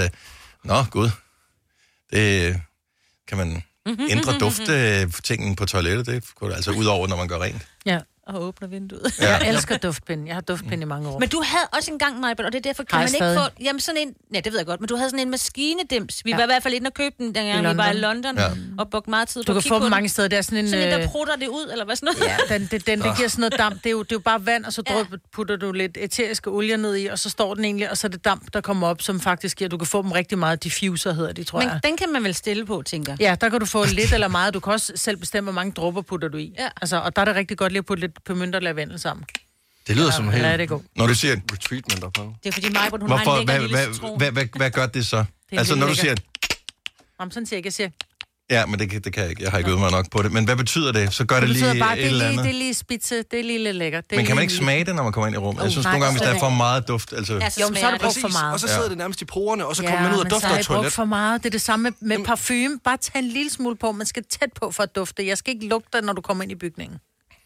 det kan man ændre dufttingen på toilettet. Det kunne det altså ud over, når man gør rent. Ja. Og åbner vinduet. Ja. Jeg elsker duftpind. Jeg har duftpind i mange år. Men du havde også engang, Majbert, og det er derfor, kan man ikke få... Jamen sådan en... Ja, det ved jeg godt, men du havde sådan en maskinedims. Vi var i hvert fald inde og købte den, dengang vi var i London, og brugte meget tid på at kigge på den. Du kan få dem mange steder. Det er sådan en... Sådan en, der prutter det ud, eller hvad sådan noget? Ja, den giver sådan noget damp. Det er jo bare vand, og så putter du lidt æteriske olie ned i, og så står den egentlig, og så er det damp, der kommer op, som faktisk giver... Du kan få dem rigtig meget diffuser, hedder de, tror jeg. Men den kan man vel stille på, tænker. Ja, der kan du få lidt eller meget. Du kan også selv bestemme, hvor mange dråber putter du i. Ja. Altså, og der er det rigtig godt lige at putte lidt pimenter og lavendel sammen. Det lyder som helt... Ja, det er godt. Når du siger... Retreatment på. Det er fordi Majbert, hun har en lækker lille citron. Hvad gør det så? Altså, når du siger... Jamen, sådan siger jeg siger... Ja, men det kan jeg ikke. Jeg har ikke øvet mig nok på det. Men hvad betyder det? Så gør det lige bare, et eller andet. Det er lige spidse, det er lige lidt lækkert. Men kan man ikke smage det, når man kommer ind i rummet? Jeg synes nogle gange, hvis der er for meget duft... Altså... Jo, så er det brugt for meget. Og så sidder det nærmest i porerne, og så kommer man ud og dufter af toilet. Ja, men så er det for meget. Det er det samme med parfume. Bare tag en lille smule på. Man skal tæt på for at dufte. Jeg skal ikke lugte, når du kommer ind i bygningen.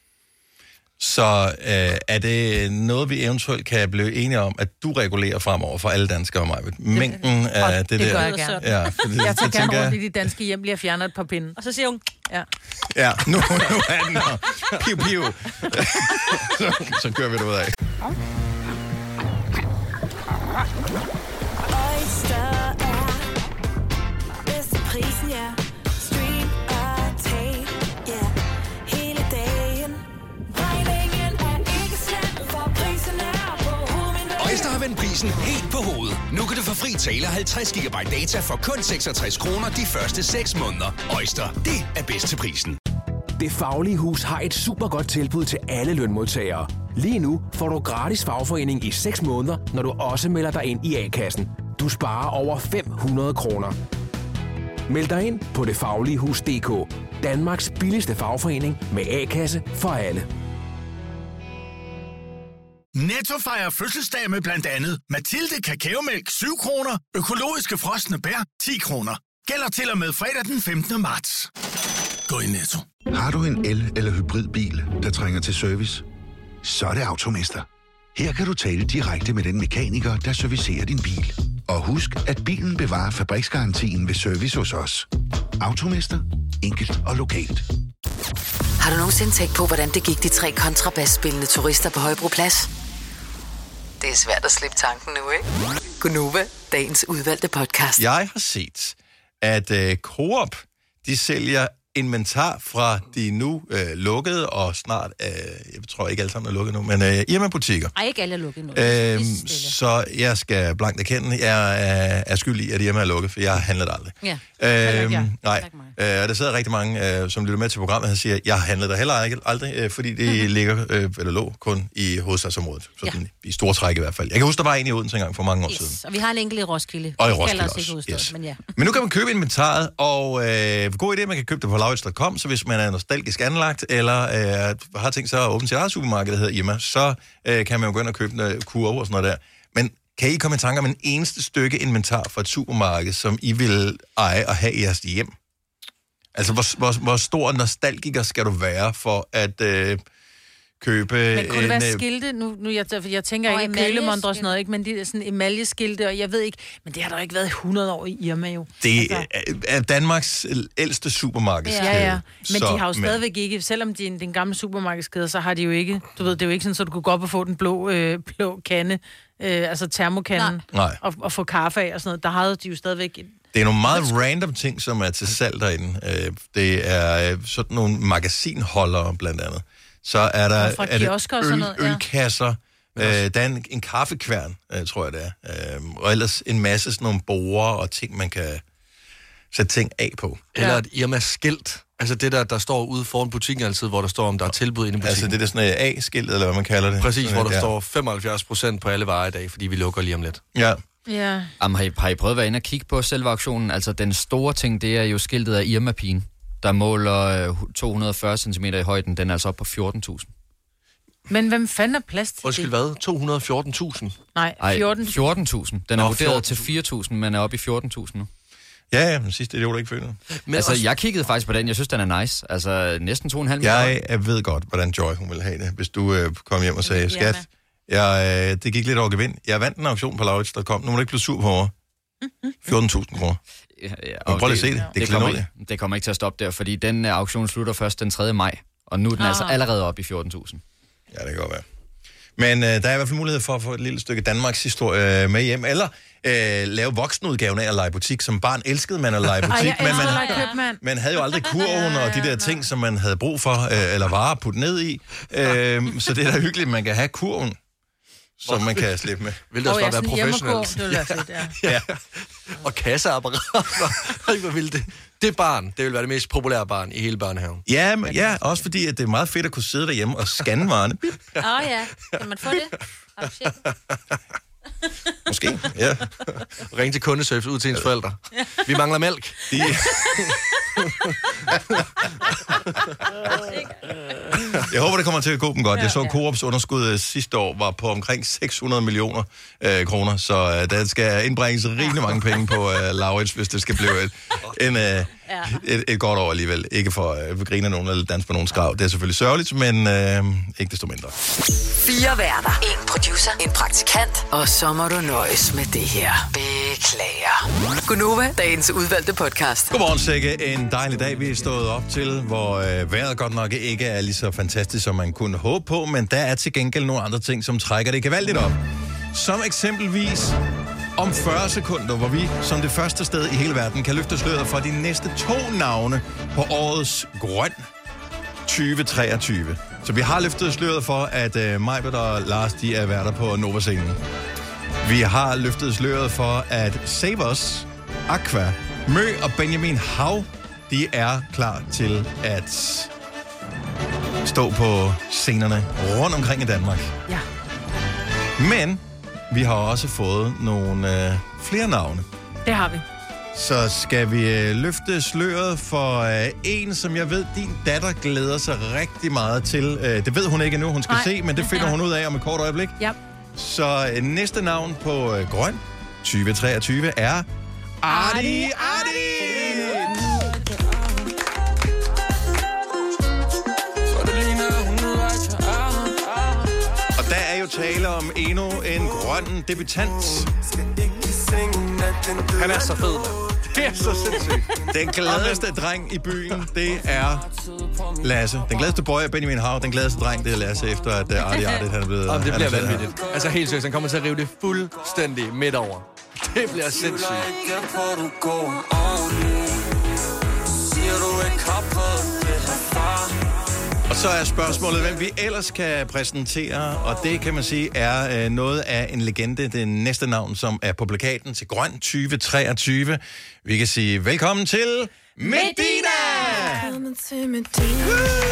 Så er det noget, vi eventuelt kan blive enige om, at du regulerer fremover for alle danskere og mig? Mængden af det der... Det gør jeg gerne. Ja, jeg tager gerne rundt i de danske hjem, lige fjerner et par pinde. Og så siger hun... Ja, nu er den her. Piu, piu. så kører vi det ud af. Øjster har vendt prisen helt på hovedet. Nu kan du få fri tale 50 GB data for kun 66 kroner de første 6 måneder. Øjster, det er bedst til prisen. Det Faglige Hus har et super godt tilbud til alle lønmodtagere. Lige nu får du gratis fagforening i 6 måneder, når du også melder dig ind i A-kassen. Du sparer over 500 kroner. Meld dig ind på detfagligehus.dk. Danmarks billigste fagforening med A-kasse for alle. Netto fejrer fødselsdag med blandt andet Mathilde Kakaomælk 7 kroner, økologiske frosne bær 10 kroner. Gælder til og med fredag den 15. marts. Gå i Netto. Har du en el- eller hybridbil, der trænger til service? Så er det Automester. Her kan du tale direkte med den mekaniker, der servicerer din bil. Og husk, at bilen bevarer fabriksgarantien ved service hos os. Automester. Enkelt og lokalt. Har du nogensinde tænkt på, hvordan det gik de 3 kontrabasspillende turister på Højbroplads? Det er svært at slippe tanken nu, ikke? Gunova, dagens udvalgte podcast. Jeg har set, at Coop, de sælger inventar fra de nu lukkede, og snart, jeg tror ikke alle sammen er lukket nu, men Irma-butikker. Ej, ikke alle er lukket nu. Så jeg skal blankt erkende, jeg er skyldig i, at Irma er lukket, for jeg har handlet aldrig. Ja. Nej, der sidder rigtig mange, som lytter med til programmet, og siger, at jeg har handlet der heller aldrig, fordi det ligger, eller lå kun i hovedstadsområdet. Sådan, i store træk i hvert fald. Jeg kan huske, der var en i Odense engang for mange år siden. Og vi har en enkelt i Roskilde. Og i Roskilde også, yes. Men nu kan man købe inventaret, og god idé, man kan købe det på lauritz.com, så hvis man er nostalgisk anlagt, eller har tænkt sig at åbne sit eget supermarked, der hedder Irma, så kan man jo gå ind og købe en kurve og sådan noget der. Men kan I komme i tanke om en eneste stykke inventar fra et supermarked, som I vil eje og have i jeres hjem? Altså, hvor stor nostalgiker skal du være for at købe... Men kunne det være skilte? Nu jeg tænker ikke kølemondre og sådan noget, ikke? Men de er sådan emaljeskilte, og jeg ved ikke... Men det har der jo ikke været 100 år i Irma, jo. Det er Danmarks ældste supermarkedskæde. Ja. Men de har jo stadigvæk ikke... Selvom de er den gamle supermarkedskæde, så har de jo ikke... Du ved, det er jo ikke sådan, så du kunne gå op og få den blå kande, altså termokanden, og få kaffe af og sådan noget. Der havde de jo stadigvæk... Det er nogle meget random ting, som er til salg derinde. Det er sådan nogle magasinholdere, blandt andet. Så er der ølkasser. Der er en kaffekværn, tror jeg det er. Og ellers en masse sådan nogle borer og ting, man kan sætte ting af på. Eller et Irma-skilt. Altså det der står ude foran butikken altid, hvor der står, om der er tilbud inde i butikken. Altså det er sådan et A-skilt, eller hvad man kalder det. Præcis, hvor der står 75% på alle varer i dag, fordi vi lukker lige om lidt. Ja. Ja. Jamen, har I prøvet at være inde og kigge på selve auktionen? Altså, den store ting, det er jo skiltet af Irma-pigen, der måler 240 cm i højden. Den er altså op på 14.000. Men hvem fanden er plads til Undskyld, hvad? 214.000? Nej, 14.000. 14.000. Den er vurderet til 4.000, men er oppe i 14.000 nu. Ja, men sidste idiot ikke følt. Altså, jeg kiggede faktisk på den. Jeg synes, den er nice. Altså, næsten 2,5 millioner. Jeg ved godt, hvordan Joy hun vil have det, hvis du kom hjem og sagde, skat, det gik lidt over gevind. Jeg vandt en auktion på lauritz.com. Nu må du ikke blive sur på over. 14.000 kroner. Ja, prøv lige at se det. Det kommer ikke til at stoppe der, fordi den auktion slutter først den 3. maj. Og nu er den altså allerede oppe i 14.000. Ja, det kan godt være. Men der er i hvert fald mulighed for at få et lille stykke Danmarks historie med hjem, eller lave voksenudgaven af at lege butik. Som barn elskede man at lege butik, men man havde jo aldrig kurven og de der ting, som man havde brug for, eller varer at putte ned i. Så det er da hyggeligt, at man kan have kurven, som man kan slippe med. Vil det også bare være professionelt? Det vil være fedt, ja. Og kasseapparater. Hvor vil det? Det barn, det vil være det mest populære barn i hele børnehaven. Ja, også fordi at det er meget fedt at kunne sidde derhjemme og scanne varerne. Ja. Kan man få det? Måske, ja. Ring til kundeservice ud til ens forældre. Vi mangler mælk. Jeg håber, det kommer til at gå dem godt. Jeg så, Coops underskud sidste år var på omkring 600 millioner kroner, så der skal indbringes rimelig mange penge på Laurits, hvis det skal blive et godt år alligevel. Ikke for at grine nogen eller danse på nogen skrav. Det er selvfølgelig sørgeligt, men ikke desto mindre. 4 værter, 1 producer, 1 praktikant, og så må du nøjes med det her. Beklager. Gunova, dagens udvalgte podcast. Godmorgen, Sække. En dejlig dag, vi er stået op til, hvor vejret godt nok ikke er lige så fantastisk, som man kunne håbe på, men der er til gengæld nogle andre ting, som trækker det gevaldigt op. Som eksempelvis om 40 sekunder, hvor vi som det første sted i hele verden kan løfte sløret for de næste 2 navne på årets Grøn 2023. Så vi har løftet sløret for, at Majbert og Lars, de er værter på Nova-scenen. Vi har løftet sløret for, at Savers, Aqua, Mø og Benjamin Hav, de er klar til at stå på scenerne rundt omkring i Danmark. Ja. Men vi har også fået nogle flere navne. Det har vi. Så skal vi løfte sløret for en, som jeg ved, din datter glæder sig rigtig meget til. Det ved hun ikke endnu, hun skal se, men det finder hun ud af om et kort øjeblik. Ja. Så næste navn på Grøn 2023 er Ardi Ardi! Og der er jo tale om endnu en grøn debutant. Han er så fed, man. Det er så sindssygt. Den gladeste dreng i byen, det er Lasse. Den gladeste boy er Benjamin Hav. Den gladeste dreng, det er Lasse, efter at Ardi Ardi han er blevet... Det bliver vanvittigt. Altså helt seriøst, han kommer til at rive det fuldstændig midt over. Det bliver sindssygt. Og så er spørgsmålet, hvem vi ellers kan præsentere, og det kan man sige er noget af en legende. Det næste navn, som er på plakaten til Grøn 2023. Vi kan sige velkommen til Medina! Velkommen til Medina.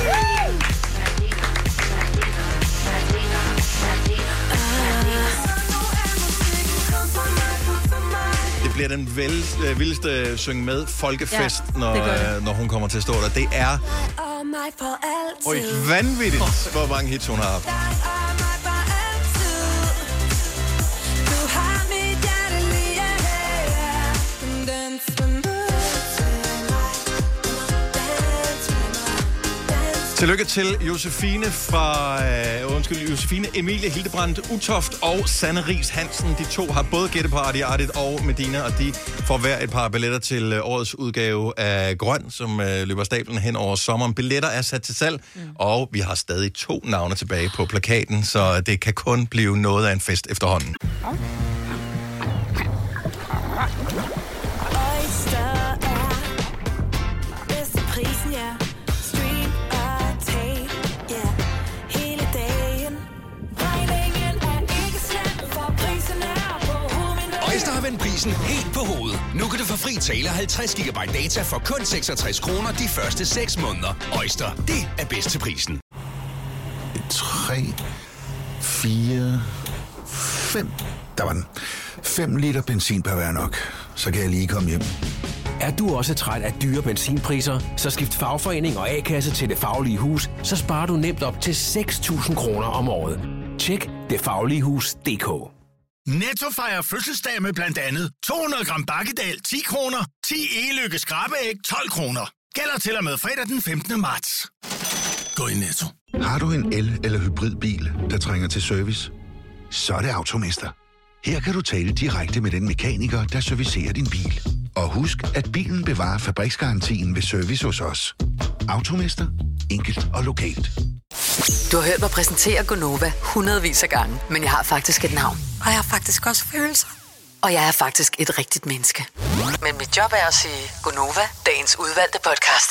Det bliver den vildeste synge med folkefest, når hun kommer til at stå der. Det er vanvittigt, hvor mange hits hun har haft. Tillykke til Josefine Josefine Emilie Hildebrandt Utoft og Sanne Ries Hansen. De 2 har både gættet på Ardi Ardi og Medina, og de får hver et par billetter til årets udgave af Grøn, som løber stablen hen over sommeren. Billetter er sat til salg, og vi har stadig 2 navne tilbage på plakaten, så det kan kun blive noget af en fest efterhånden. Oyster har vendt prisen helt på hovedet. Nu kan du få fri tale 50 GB data for kun 66 kroner de første 6 måneder. Oyster, det er bedst til prisen. 3, 4, 5. Der var den. 5 liter benzin per hver nok. Så kan jeg lige komme hjem. Er du også træt af dyre benzinpriser, så skift fagforening og A-kasse til Det Faglige Hus, så sparer du nemt op til 6.000 kroner om året. Tjek detfagligehus.dk. Netto fejrer fødselsdag med blandt andet 200 gram bakkedal 10 kroner, 10 e-lykke skrabeæg 12 kroner. Gælder til og med fredag den 15. marts. Gå i Netto. Har du en el- eller hybridbil, der trænger til service? Så er det Automester. Her kan du tale direkte med den mekaniker, der servicerer din bil. Og husk, at bilen bevarer fabriksgarantien ved service hos os. Automester. Enkelt og lokalt. Du har hørt mig præsentere Gunova hundredvis af gange, men jeg har faktisk et navn. Og jeg har faktisk også følelser. Og jeg er faktisk et rigtigt menneske. Men mit job er at sige Gunova, dagens udvalgte podcast.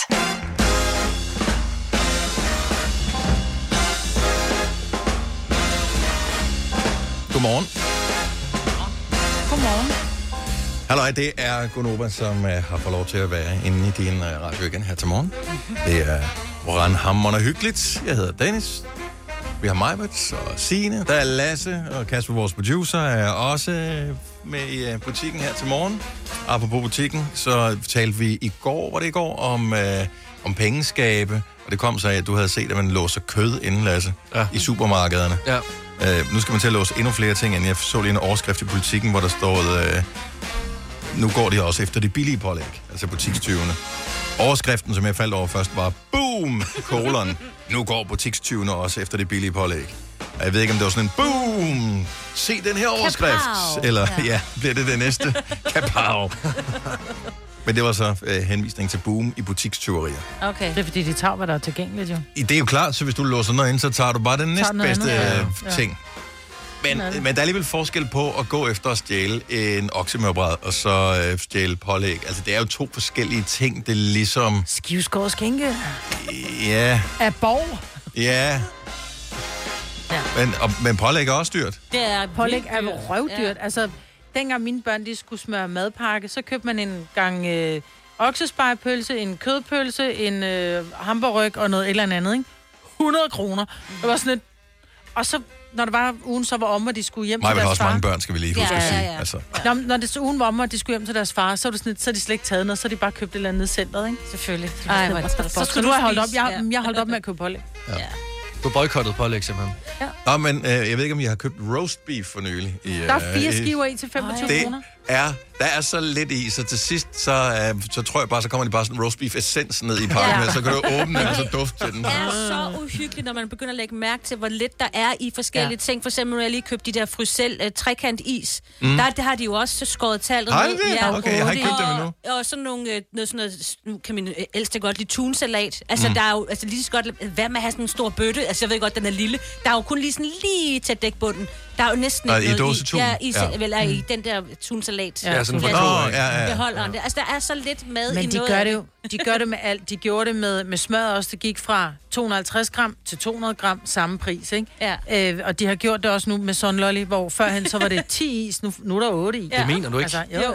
Godmorgen. Godmorgen. Halløj, det er Gunova, som har fået lov til at være inde i din radio igen her til morgen. Det er brandhamrende hyggeligt. Jeg hedder Dennis. Vi har Majbert og Signe. Der er Lasse og Kasper, vores producer, er også med i butikken her til morgen. Apropos butikken, så talte vi i går, om pengeskabe. Og det kom så af, at du havde set, at man låser kød inden, Lasse, i supermarkederne. Ja. Nu skal man til at låse endnu flere ting, end jeg så lige en overskrift i Politikken, hvor der står, nu går de også efter de billige pålæg, altså butikstyvene. Overskriften, som jeg faldt over først, var boom, kolon. Nu går butikstyvene også efter de billige pålæg. Og jeg ved ikke, om det var sådan en boom, se den her overskrift. Kapow. Eller bliver det næste? Kapow. Men det var så henvisning til boom i butikstyverier. Okay. Det er fordi, de tager, hvad der er tilgængeligt, jo. Det er jo klart, så hvis du låser noget ind, så tager du bare den næstbedste ting. Men der er alligevel forskel på at gå efter at stjæle en oksemørbræd, og så stjæle pålæg. Altså, det er jo to forskellige ting. Det er ligesom... Skiveskåret skænke. Ja. Af borg. Ja. Men pålæg er også dyrt. Det er pålæg er jo røvdyrt. Ja. Altså, dengang mine børn de skulle smøre madpakke, så købte man en gang oksespejepølse, en kødpølse, en hamburgerryg og noget et eller andet, ikke? 100 kroner. Det var sådan et... Og så, når det var ugen, så var om, og de skulle hjem til deres far. også mange børn, skal vi lige huske at sige. Altså. Når det så ugen var om, og de skulle hjem til deres far, så var det sådan, så de slet ikke taget noget, så de bare købt et eller andet centret, ikke? Selvfølgelig. Så skulle du have holdt op. Jeg holdt op med at købe pålæg. Ja. Du boykottet pålæg, simpelthen. Ja. Nå, men jeg ved ikke, om I har købt roast beef for nylig. Der er 4 skiver i til 25 kroner. Der er så lidt i, så til sidst, så tror jeg bare, så kommer de bare sådan en roast beef essens ned i pakken, og så kan du åbne den, og så dufte til den. Det er så uhyggeligt, når man begynder at lægge mærke til, hvor lidt der er i forskellige ting. For eksempel, når jeg lige købte de der Frysel trekant is. Der har de jo også skåret tallet ned. Har de det? Ja, okay, jeg har ikke købt dem endnu. Og sådan nogle, nu kan min ældste godt lide tunsalat. Altså, der er jo lige så godt, hvad med at have sådan en stor bøtte? Altså, jeg ved godt, den er lille. Der er jo kun lige til at dække bunden. Der er jo næsten ikke noget i dåsetun. I den der tunsalat. Ja, sådan en beholderen. Altså, der er så lidt mad men i de noget. Men de gør det med alt. De gjorde det med smør også. Det gik fra 250 gram til 200 gram, samme pris, ikke? Ja. Og de har gjort det også nu med Sunlolly, hvor førhen så var det 10 is, nu er der 8 i. Det mener du ikke? Altså, jo.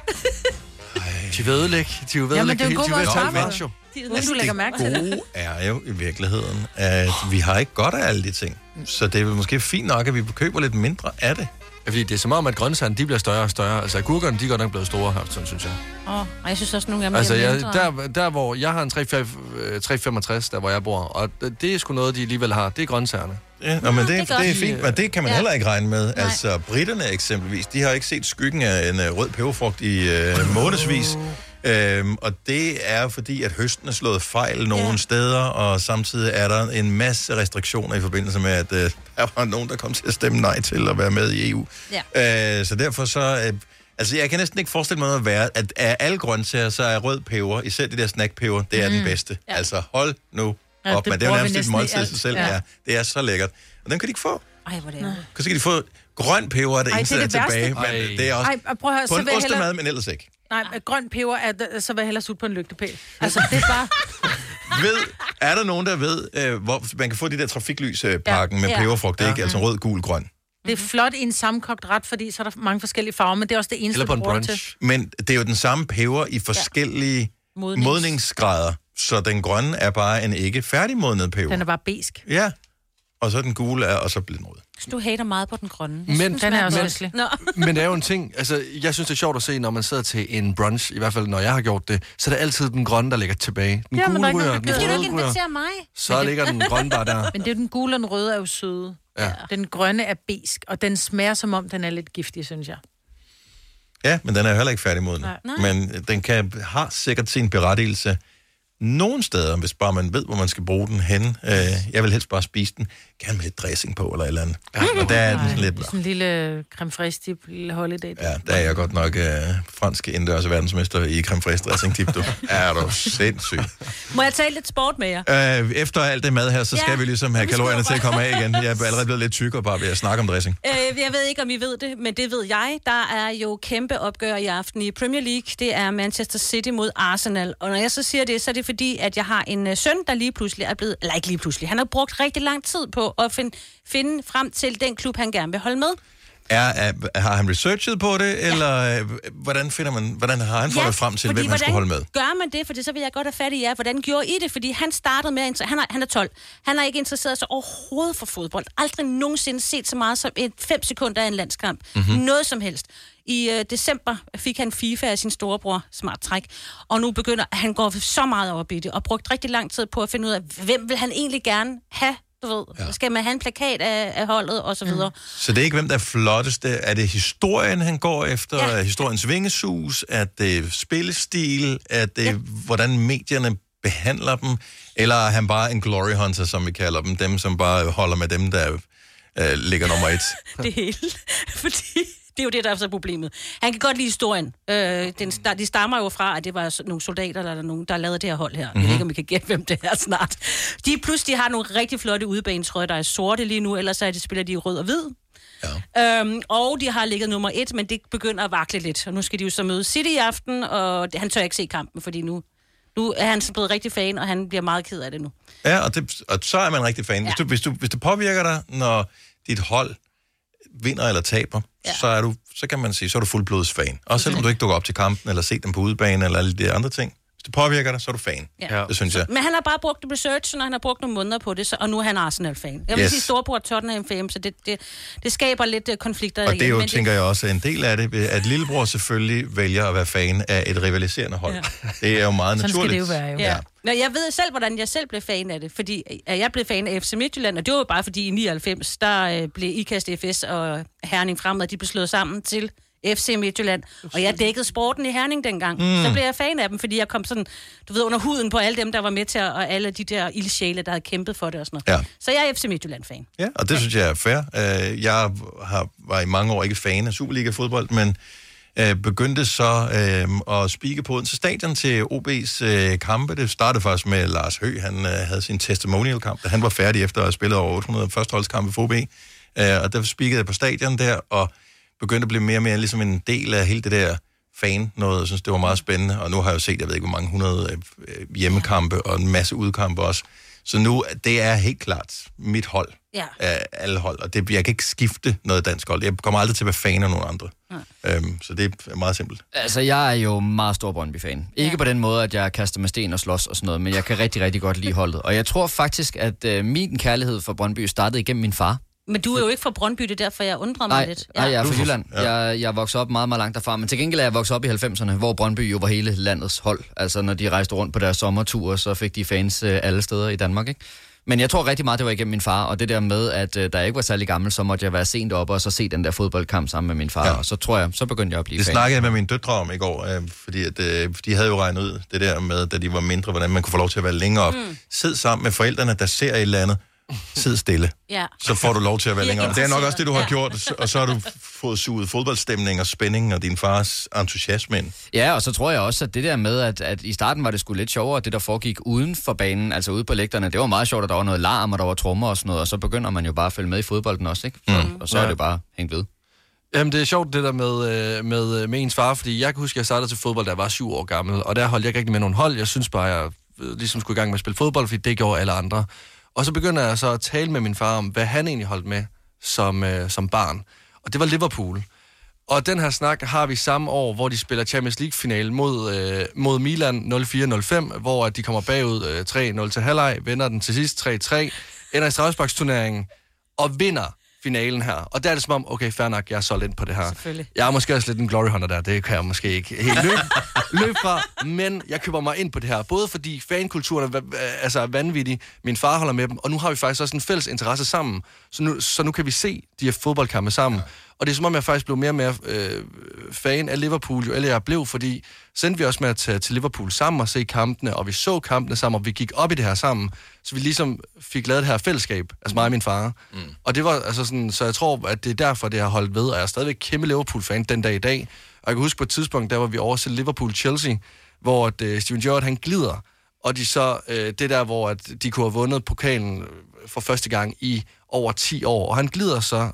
De vil ødelægge. Jamen, det er en god måde at starte. Det gode er jo i virkeligheden, at vi har ikke godt af alle de ting. Så det er vel måske fint nok, at vi køber lidt mindre af det. Ja, fordi det er som om, at grøntsagerne, de bliver større og større. Altså, agurkerne, de er godt nok blevet store her, sådan synes jeg. Og jeg synes også, nogle af dem altså, der hvor jeg har en 365, der hvor jeg bor, og det er sgu noget, de alligevel har. Det er grøntsagerne. Ja, men det er fint, men det kan man heller ikke regne med. Nej. Altså, britterne eksempelvis, de har ikke set skyggen af en rød peberfrugt i månedsvis. Og det er fordi, at høsten er slået fejl nogle steder, og samtidig er der en masse restriktioner i forbindelse med, at der var nogen, der kom til at stemme nej til at være med i EU. Ja. Så derfor så... altså, jeg kan næsten ikke forestille mig at være, at af alle grøntsager, så er rød peber, især det der snackpeber, det er den bedste. Ja. Altså, hold nu op, men det er jo nærmest et måltid i sig selv. Ja. Det er så lækkert. Og dem kan de ikke få. Ej, hvor det er. Så kan de få grøn peber, er det eneste, der er tilbage. Men det er også på en ostemad, men ellers ikke. Nej, grøn peber, så vil jeg hellere sutte på en lygtepæl. Altså, det er bare... Er der nogen, der ved, hvor man kan få de der trafiklyspakken med peberfrugt, det er ikke? Altså rød, gul, grøn. Det er flot i en sammenkogt ret, fordi så er der mange forskellige farver, men det er også det eneste, eller på en brunch. til. Men det er jo den samme peber i forskellige modningsgrader, så den grønne er bare en ikke færdigmodnet peber. Den er bare besk. Ja, og så den gule er, og så bliver den rød. Du hater meget på den grønne. Men den er også hæslig. Men det er jo en ting, altså jeg synes det er sjovt at se, når man sidder til en brunch, i hvert fald når jeg har gjort det, så er det altid den grønne, der ligger tilbage. Den gule ryger, den røde ryger. Så ligger den grønne bare der. Men det er den gule og den røde er jo søde. Ja. Den grønne er besk, og den smager som om, den er lidt giftig, synes jeg. Ja, men den er heller ikke færdigmoden. Men den har sikkert sin berettigelse nogle steder, hvis bare man ved, hvor man skal bruge den hen. Jeg vil helst bare spise den. Gerne med lidt dressing på, eller et eller andet. Og der er den sådan lidt... Sådan en lille creme fraiche dip, lille holiday. Ja, der er jeg godt nok fransk indendørs verdensmester i creme fraiche dressing dip, du. Er du sindssyg. Må jeg tale lidt sport med jer? Efter alt det mad her, så skal vi ligesom have kalorierne til at komme af igen. Jeg er allerede blevet lidt tykkere bare ved at snakke om dressing. Jeg ved ikke, om I ved det, men det ved jeg. Der er jo kæmpe opgør i aften i Premier League. Det er Manchester City mod Arsenal. Og når jeg så siger det, så er det fordi, at jeg har en søn, der lige pludselig er blevet... Eller ikke lige pludselig. Han har brugt rigtig lang tid på at finde frem til den klub, han gerne vil holde med. Har han researchet på det, eller hvordan har han fundet frem til, hvem han skulle holde med? Gør man det? For så vil jeg godt have fat i jer. Hvordan gjorde I det? Fordi han startede med... Han er 12. Han har ikke interesseret sig overhovedet for fodbold. Aldrig nogensinde set så meget som 5 sekunder af en landskamp. Mm-hmm. Noget som helst. I december fik han FIFA af sin storebror, smart træk, og nu begynder han går så meget op i det, og brugt rigtig lang tid på at finde ud af, hvem vil han egentlig gerne have, du ved, skal man have en plakat af holdet, og så videre. Så det er ikke, hvem der er flottest, er det historien, han går efter, er historiens vingesus, er det spillestil, er det, hvordan medierne behandler dem, eller er han bare en glory hunter, som vi kalder dem som bare holder med dem, der ligger nummer 1? Det hele, fordi det er jo det, der er så problemet. Han kan godt lide historien. De stammer jo fra, at det var nogle soldater, eller nogen, der lavede det her hold her. Jeg ved ikke, om vi kan gætte, hvem det er snart. De pludselig har nogle rigtig flotte udebanetrøjer, der er sorte lige nu, ellers spiller de i rød og hvid. Ja. Og de har ligget nummer 1, men det begynder at vakle lidt. Og nu skal de jo så møde City i aften, og han tør ikke se kampen, fordi nu er han blevet rigtig fan, og han bliver meget ked af det nu. Ja, og så er man rigtig fan. Ja. Hvis det påvirker dig, når dit hold vinder eller taber, så kan man sige, så er du fuldblods fan. Også selvom du ikke dukker op til kampen, eller set dem på udebane, eller alle de andre ting. Hvis det påvirker dig, så er du fan. Ja. Det synes jeg. Men han har bare brugt research, og han har brugt nogle måneder på det, og nu er han Arsenal-fan. Jeg vil sige storbror Tottenham-fan, så det skaber lidt konflikter. Og det er jo, tænker jeg også, en del af det, at lillebror selvfølgelig vælger at være fan af et rivaliserende hold. Det er jo meget naturligt. Sådan skal det jo være, jo. Ja. Nå, jeg ved selv, hvordan jeg selv blev fan af det, fordi jeg blev fan af FC Midtjylland, og det var jo bare fordi i 99, der blev IKAST FS og Herning Fremad, de blev slået sammen til FC Midtjylland, og jeg dækkede sporten i Herning dengang. Så blev jeg fan af dem, fordi jeg kom sådan, du ved, under huden på alle dem, der var med til, og alle de der ildsjæle, der havde kæmpet for det og sådan noget. Ja. Så jeg er FC Midtjylland-fan. Ja, og det synes jeg er fair. Jeg var i mange år ikke fan af Superliga-fodbold, men begyndte så at speake på Odense Stadion til OB's kampe. Det startede faktisk med Lars Høgh. Han havde sin testimonial-kamp, da han var færdig efter at have spillet over 800 førsteholdskampe for OB. Og der speakede jeg på stadion der, og begyndte at blive mere og mere ligesom en del af hele det der fan noget. Jeg synes, det var meget spændende. Og nu har jeg jo set, jeg ved ikke, hvor mange 100 hjemmekampe og en masse udkampe også. Så nu, det er helt klart mit hold af alle hold. Og jeg kan ikke skifte noget dansk hold. Jeg kommer aldrig til at være fan af nogen andre. Så det er meget simpelt. Altså, jeg er jo meget stor Brøndby-fan. Ikke på den måde, at jeg kaster med sten og slås og sådan noget, men jeg kan rigtig, rigtig godt lide holdet. Og jeg tror faktisk, at min kærlighed for Brøndby startede igennem min far. Men du er jo ikke fra Brøndby, det er derfor, jeg undrer mig lidt. Nej, jeg er fra Jylland. Jeg er vokset op meget, meget langt derfra, men til gengæld er jeg vokset op i 90'erne, hvor Brøndby jo var hele landets hold. Altså, når de rejste rundt på deres sommerture, så fik de fans alle steder i Danmark, ikke? Men jeg tror rigtig meget, det var igennem min far, og det der med, at da jeg ikke var særlig gammel, så måtte jeg være sent oppe og så se den der fodboldkamp sammen med min far, og så tror jeg, så begyndte jeg at blive fan. Det snakkede jeg med mine døtre om i går, fordi at, de havde jo regnet ud det der med, da de var mindre, hvordan man kunne få lov til at være længere op. Sid sammen med forældrene, der ser et eller andet. Sid stille. Så får du lov til at være længere. Det er nok også det, du har gjort, og så har du fået suget fodboldstemning og spænding og din fars entusiasme ind. Ja, og så tror jeg også, at det der med, at i starten var det sgu lidt sjovere, det der foregik uden for banen, altså ude på lægterne, det var meget sjovt, at der var noget larm, og der var trommer og sådan noget, og så begynder man jo bare at følge med i fodbolden også, ikke? Og så er det bare hængt ved. Jamen, det er sjovt, det der med ens far, fordi jeg kan huske, at jeg startede til fodbold, da jeg var 7 år gammel, og der holdt jeg ikke rigtig med nogen hold. Jeg synes bare, jeg ligesom skulle i gang med at spille fodbold, fordi det gjorde alle andre. Og så begynder jeg så at tale med min far om, hvad han egentlig holdt med som barn. Og det var Liverpool. Og den her snak har vi samme år, hvor de spiller Champions League-finale mod Milan 04-05, hvor de kommer bagud 3-0 til halvleg, vinder den til sidst 3-3, ender i straffesparksturneringen og vinder finalen her. Og der er det som om, okay, fair nok, jeg er solgt ind på det her. Jeg er måske også lidt en glory hunter der, det kan jeg måske ikke helt løbe fra, men jeg køber mig ind på det her. Både fordi fankulturen er vanvittig, min far holder med dem, og nu har vi faktisk også en fælles interesse sammen. Så nu kan vi se de her fodboldkampe sammen. Og det er som om, jeg faktisk blev mere og mere fan af Liverpool, jo ældre jeg blev, fordi så endte vi også med at tage til Liverpool sammen og se kampene, og vi så kampene sammen, og vi gik op i det her sammen, så vi ligesom fik lavet det her fællesskab, altså mig og min far. Og det var altså sådan, så jeg tror, at det er derfor, det har holdt ved, og jeg er stadigvæk kæmpe Liverpool-fan den dag i dag. Og jeg kan huske på et tidspunkt, der var vi over til Liverpool-Chelsea, hvor Steven Gerrard, han glider, og de så, det der, hvor at de kunne have vundet pokalen for første gang i over 10 år. Og han glider så,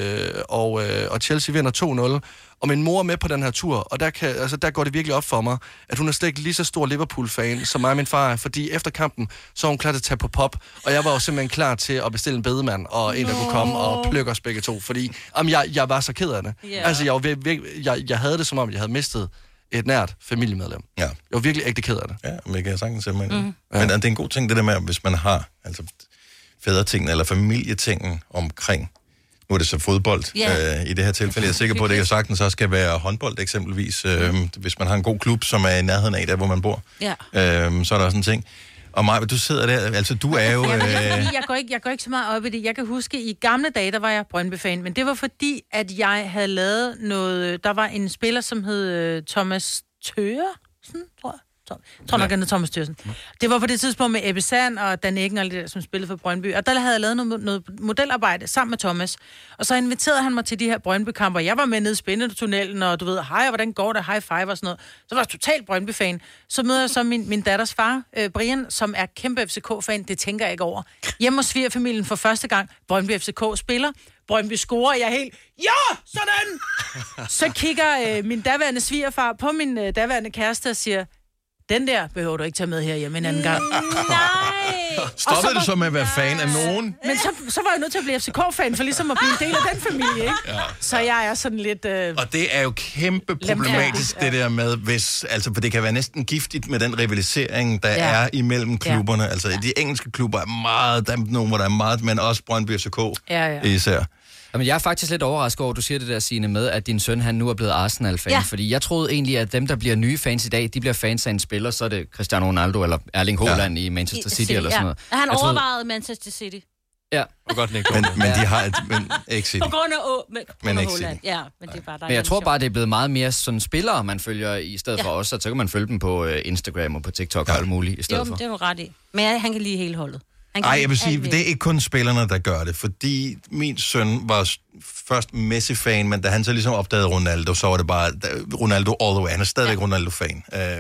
og Chelsea vinder 2-0. Og min mor er med på den her tur, og der går det virkelig op for mig, at hun er slet ikke lige så stor Liverpool-fan, som mig og min far er, fordi efter kampen, så er hun klar til at tage på pop, og jeg var jo simpelthen klar til at bestille en bedemand, og en, der kunne komme og plukke os begge to, fordi jeg var så ked af det. Yeah. Altså, jeg havde det, som om jeg havde mistet et nært familiemedlem. Ja. Jeg var virkelig ægte ked af det. Ja, men jeg kan sagtens se med. Men det er en god ting, det der med, hvis man har altså fædretingene eller familietingen omkring Nu er det så fodbold i det her tilfælde. Jeg er sikker på, at det sagtens så skal være håndbold eksempelvis. Hvis man har en god klub, som er i nærheden af der, hvor man bor. Ja. Så er der sådan en ting. Og Maja, du sidder der, altså du er jo... Jeg går ikke så meget op i det. Jeg kan huske, i gamle dage, der var jeg Brøndby-fan, men det var fordi, at jeg havde lavet noget... Der var en spiller, som hed Thomas Thøresen, tror jeg. Jeg tror nok, han er Thomas Thøresen. Det var på det tidspunkt med Ebbe Sand og Dan Eggen og det der, som spillede for Brøndby. Og der havde jeg lavet noget modelarbejde sammen med Thomas. Og så inviterede han mig til de her Brøndby-kamper. Jeg var med nede i Spændetunnelen, og du ved, hej, hvordan går det? High five og sådan noget. Så var jeg totalt Brøndby-fan. Så møder jeg så min datters far, Brian, som er kæmpe FCK-fan. Det tænker jeg ikke over. Hjemme hos svigerfamilien for første gang. Brøndby FCK spiller. Brøndby scorer, jeg er helt, ja, sådan! Så kigger min daværende svigerfar på min daværende kæreste og siger, den der behøver du ikke tage med her hjemme en anden gang. Nej! Stoppede du så med at være fan af nogen? Men så var jeg nødt til at blive FCK-fan, for ligesom at blive en del af den familie, ikke? Ja. Så jeg er sådan lidt... Og det er jo kæmpe problematisk, det der med, for det kan være næsten giftigt med den rivalisering, der er imellem klubberne. Ja. Altså, de engelske klubber er meget, der er nogle, hvor der er meget, men også Brøndby FCK især. Jamen, jeg er faktisk lidt overrasket over, at du siger det der, Signe, med, at din søn, han nu er blevet Arsenal-fan. Ja. Fordi jeg troede egentlig, at dem, der bliver nye fans i dag, de bliver fans af en spiller, så er det Cristiano Ronaldo eller Erling Haaland i Manchester City eller sådan noget. Han overvejede Manchester City. Ja, og godt ikke. Men de har ikke City. På grund af Haaland. Ja, men det er bare men jeg tror bare, det er blevet meget mere sådan spillere, man følger i stedet for os. Så kan man følge dem på Instagram og på TikTok og alt muligt i stedet for. Det er du ret i. Men han kan lide hele holdet. Nej, jeg vil sige, det er ikke kun spillerne, der gør det, fordi min søn var først Messi-fan, men da han så ligesom opdagede Ronaldo, så var det bare Ronaldo all the way. Han er stadigvæk Ronaldo-fan.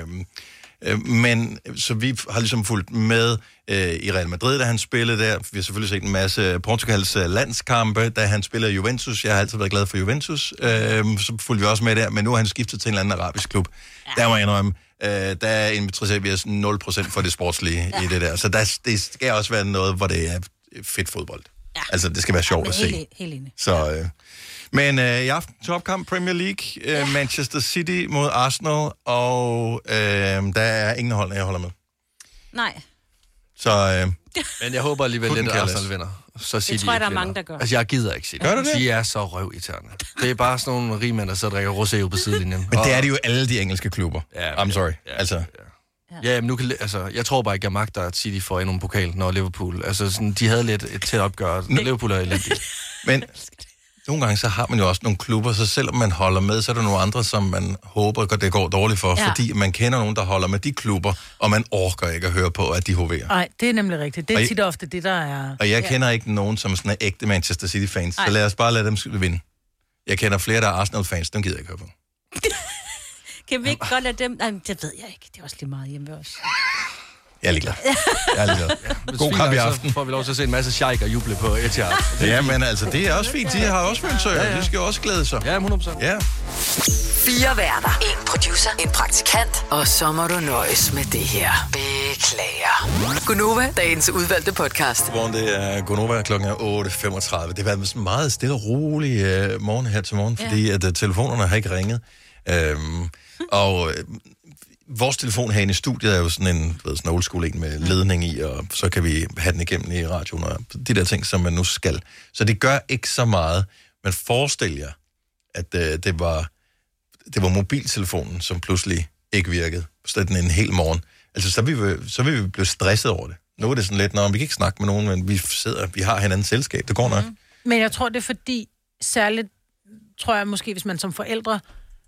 Men så vi har ligesom fulgt med i Real Madrid, da han spillede der. Vi har selvfølgelig set en masse Portugals landskampe, da han spillede Juventus. Jeg har altid været glad for Juventus. Så fulgte vi også med der, men nu har han skiftet til en eller anden arabisk klub. Ja. Der må jeg indrømme, der interesserer vi os 0% for det sportslige i det der. Så det skal også være noget, hvor det er fedt fodbold. Ja. Altså, det skal være sjovt at se. Helt enig. Så, men i aften topkamp Premier League, Manchester City mod Arsenal, og der er ingen hold, jeg holder med. Nej. Så, men jeg håber alligevel lidt, at Arsenal vinder. Så det tror jeg, der er mange, der gør. Altså, jeg gider ikke sige det. Gør du det? De er så røvirriterende. Det er bare sådan nogle rigmænd, der så drikker rosé på sidelinjen. Men det er det jo alle de engelske klubber. Ja, I'm sorry. Altså. Ja, men nu kan, jeg tror bare ikke, jeg magter at City får endnu en pokal, når Liverpool... Altså, sådan, de havde lidt et tæt opgør. Liverpool er elendigt. Men nogle gange, så har man jo også nogle klubber, så selvom man holder med, så er der nogle andre, som man håber, at det går dårligt for, fordi man kender nogen, der holder med de klubber, og man orker ikke at høre på, at de hoverer. Nej, det er nemlig rigtigt. Det er tit ofte det, der er... Og jeg kender ikke nogen, som sådan er ægte Manchester City-fans, så lad os bare lade dem vinde. Jeg kender flere, der er Arsenal-fans, dem gider jeg ikke høre på. Kan vi ikke godt lade dem... Nej, det ved jeg ikke. Det er også lige meget hjemme også. Jeg er ligeglad. God kamp i aften. Så får vi lov til at se en masse sheiker juble på Etihad. Ja, men altså, det er også fint. De har også følt sig. De skal jo også glæde sig. Ja, 100%. Ja. 4 værter. 1 producer. 1 praktikant. Og så må du nøjes med det her. Beklager. Gunova, dagens udvalgte podcast. Morgen, det er Gunova, klokken er 8.35. Det har været en meget stille og rolig morgen her til morgen, fordi at telefonerne har ikke ringet. Og vores telefon herinde i studiet er jo sådan en old school en med ledning i, og så kan vi have den igennem i radioen og de der ting, som man nu skal. Så det gør ikke så meget, men forestil jer, at det var mobiltelefonen, som pludselig ikke virkede. Sådan en hel morgen. Altså, så vil vi blive stresset over det. Nu er det sådan lidt, vi kan ikke snakke med nogen, men vi har hinandens selskab. Det går nok. Men jeg tror, det er fordi, særligt, tror jeg måske, hvis man som forældre,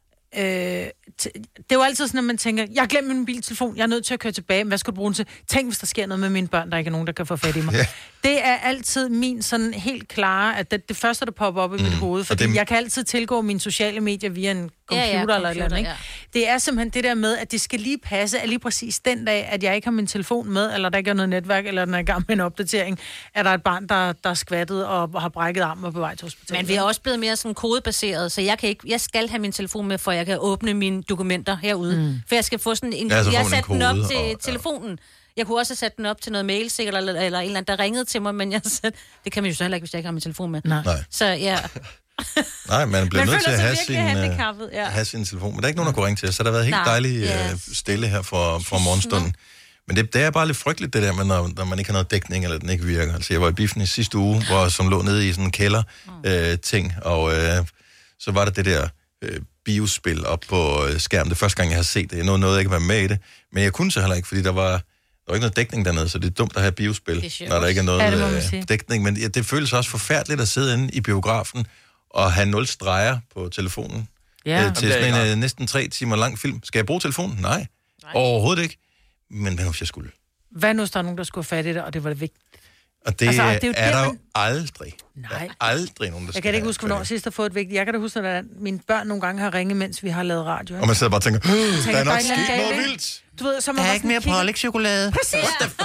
det er jo altid sådan, at man tænker, jeg har glemt min mobiltelefon, jeg er nødt til at køre tilbage, hvad skal du bruge den til? Tænk, hvis der sker noget med mine børn, der ikke er nogen, der kan få fat i mig. Yeah. Det er altid min sådan helt klare, at det første, der popper op i mit hoved, fordi jeg kan altid tilgå mine sociale medier via en computer eller et eller andet, ikke? Det er simpelthen det der med, at det skal lige passe, at lige præcis den dag, at jeg ikke har min telefon med, eller der ikke er noget netværk, eller den er i gang med en opdatering, er der et barn, der er skvattet og har brækket armen og på vej til hospitalet. Men vi er også blevet mere sådan kodebaseret, så jeg skal have min telefon med, for jeg kan åbne mine dokumenter herude. For jeg skal få sådan en... jeg har sat den op til telefonen. Jeg kunne også have sat den op til noget mail, sikkert, eller en eller anden, der ringede til mig, men jeg sagde, det kan man jo så heller ikke, hvis jeg ikke har min telefon med. Nej. Så ja... Nej, man bliver nødt til at have sin telefon. Men der er ikke nogen, der kunne ringe til os, så der har været helt dejligt stille her for morgenstunden. Men det er bare lidt frygteligt, det der med, når man ikke har noget dækning, eller den ikke virker. Altså, jeg var i biffen i sidste uge, som lå nede i sådan en kælder-ting, og så var der det der biospil op på skærmen. Det første gang, jeg har set det. Jeg nåede ikke at være med i det, men jeg kunne så heller ikke, fordi der var ikke noget dækning dernede, så det er dumt at have biospil, når der ikke er noget dækning. Men det føles også forfærdeligt at sidde inde i biografen og have 0 streger på telefonen til sådan en næsten 3 timer lang film. Skal jeg bruge telefonen? Nej. Overhovedet ikke. Men hvad nu, hvis jeg skulle? Hvad nu, hvis der er nogen, der skulle have fat i det, og det var det vigtigt? Og det er der jo aldrig. Nej. Der er aldrig nogen, der Jeg kan ikke huske, hvornår sidst har fået et vigtigt. Jeg kan da huske, at mine børn nogle gange har ringet, mens vi har lavet radio. Ikke? Og man sidder bare og tænker, der er nok sket noget vildt. Du ved, så der er ikke mere pålægtschokolade. Præcis.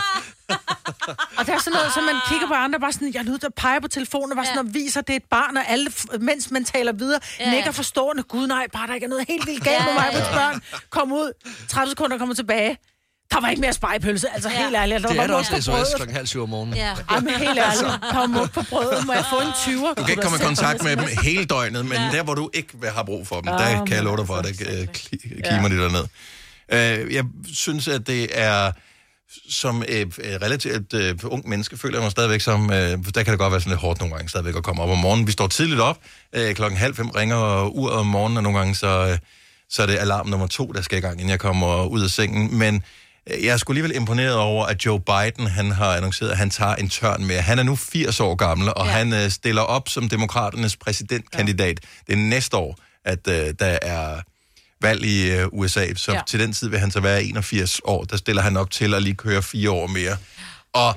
Og der er sådan noget, så man kigger på andre, bare sådan, jeg er nødt til at pege på telefonen, og bare sådan, og viser, det er et barn, og alle, mens man taler videre, nikker forstående. Gud nej, bare der ikke er noget helt vildt galt med mig på børn. Kom ud, 30 sekunder kommer tilbage. Der var ikke mere spegepølse, altså helt ærligt. Det er der også SOS klokken 6:30 om morgenen. Ja, men helt ærligt. Der var mug på brødet, må jeg få en 20'er? Du kan ikke komme i kontakt med dem hele døgnet, men der, hvor du ikke har brug for dem, der kan jeg love dig for, at det kimer de derned. Jeg synes, at det er som et relativt ung menneske, føler jeg mig stadigvæk som, der kan det godt være sådan lidt hårdt nogle gange stadigvæk at komme op om morgenen. Vi står tidligt op, 4:30 ringer uret om morgenen, og nogle gange så er det alarm nummer 2, der skal i gang, inden jeg kommer ud af sengen. Men jeg er sgu alligevel imponeret over, at Joe Biden, han har annonceret, at han tager en tørn med. Han er nu 80 år gammel, og han stiller op som demokraternes præsidentkandidat. Det er næste år, at der er valg i USA, så til den tid vil han så være 81 år. Der stiller han op til at lige køre 4 år mere. Og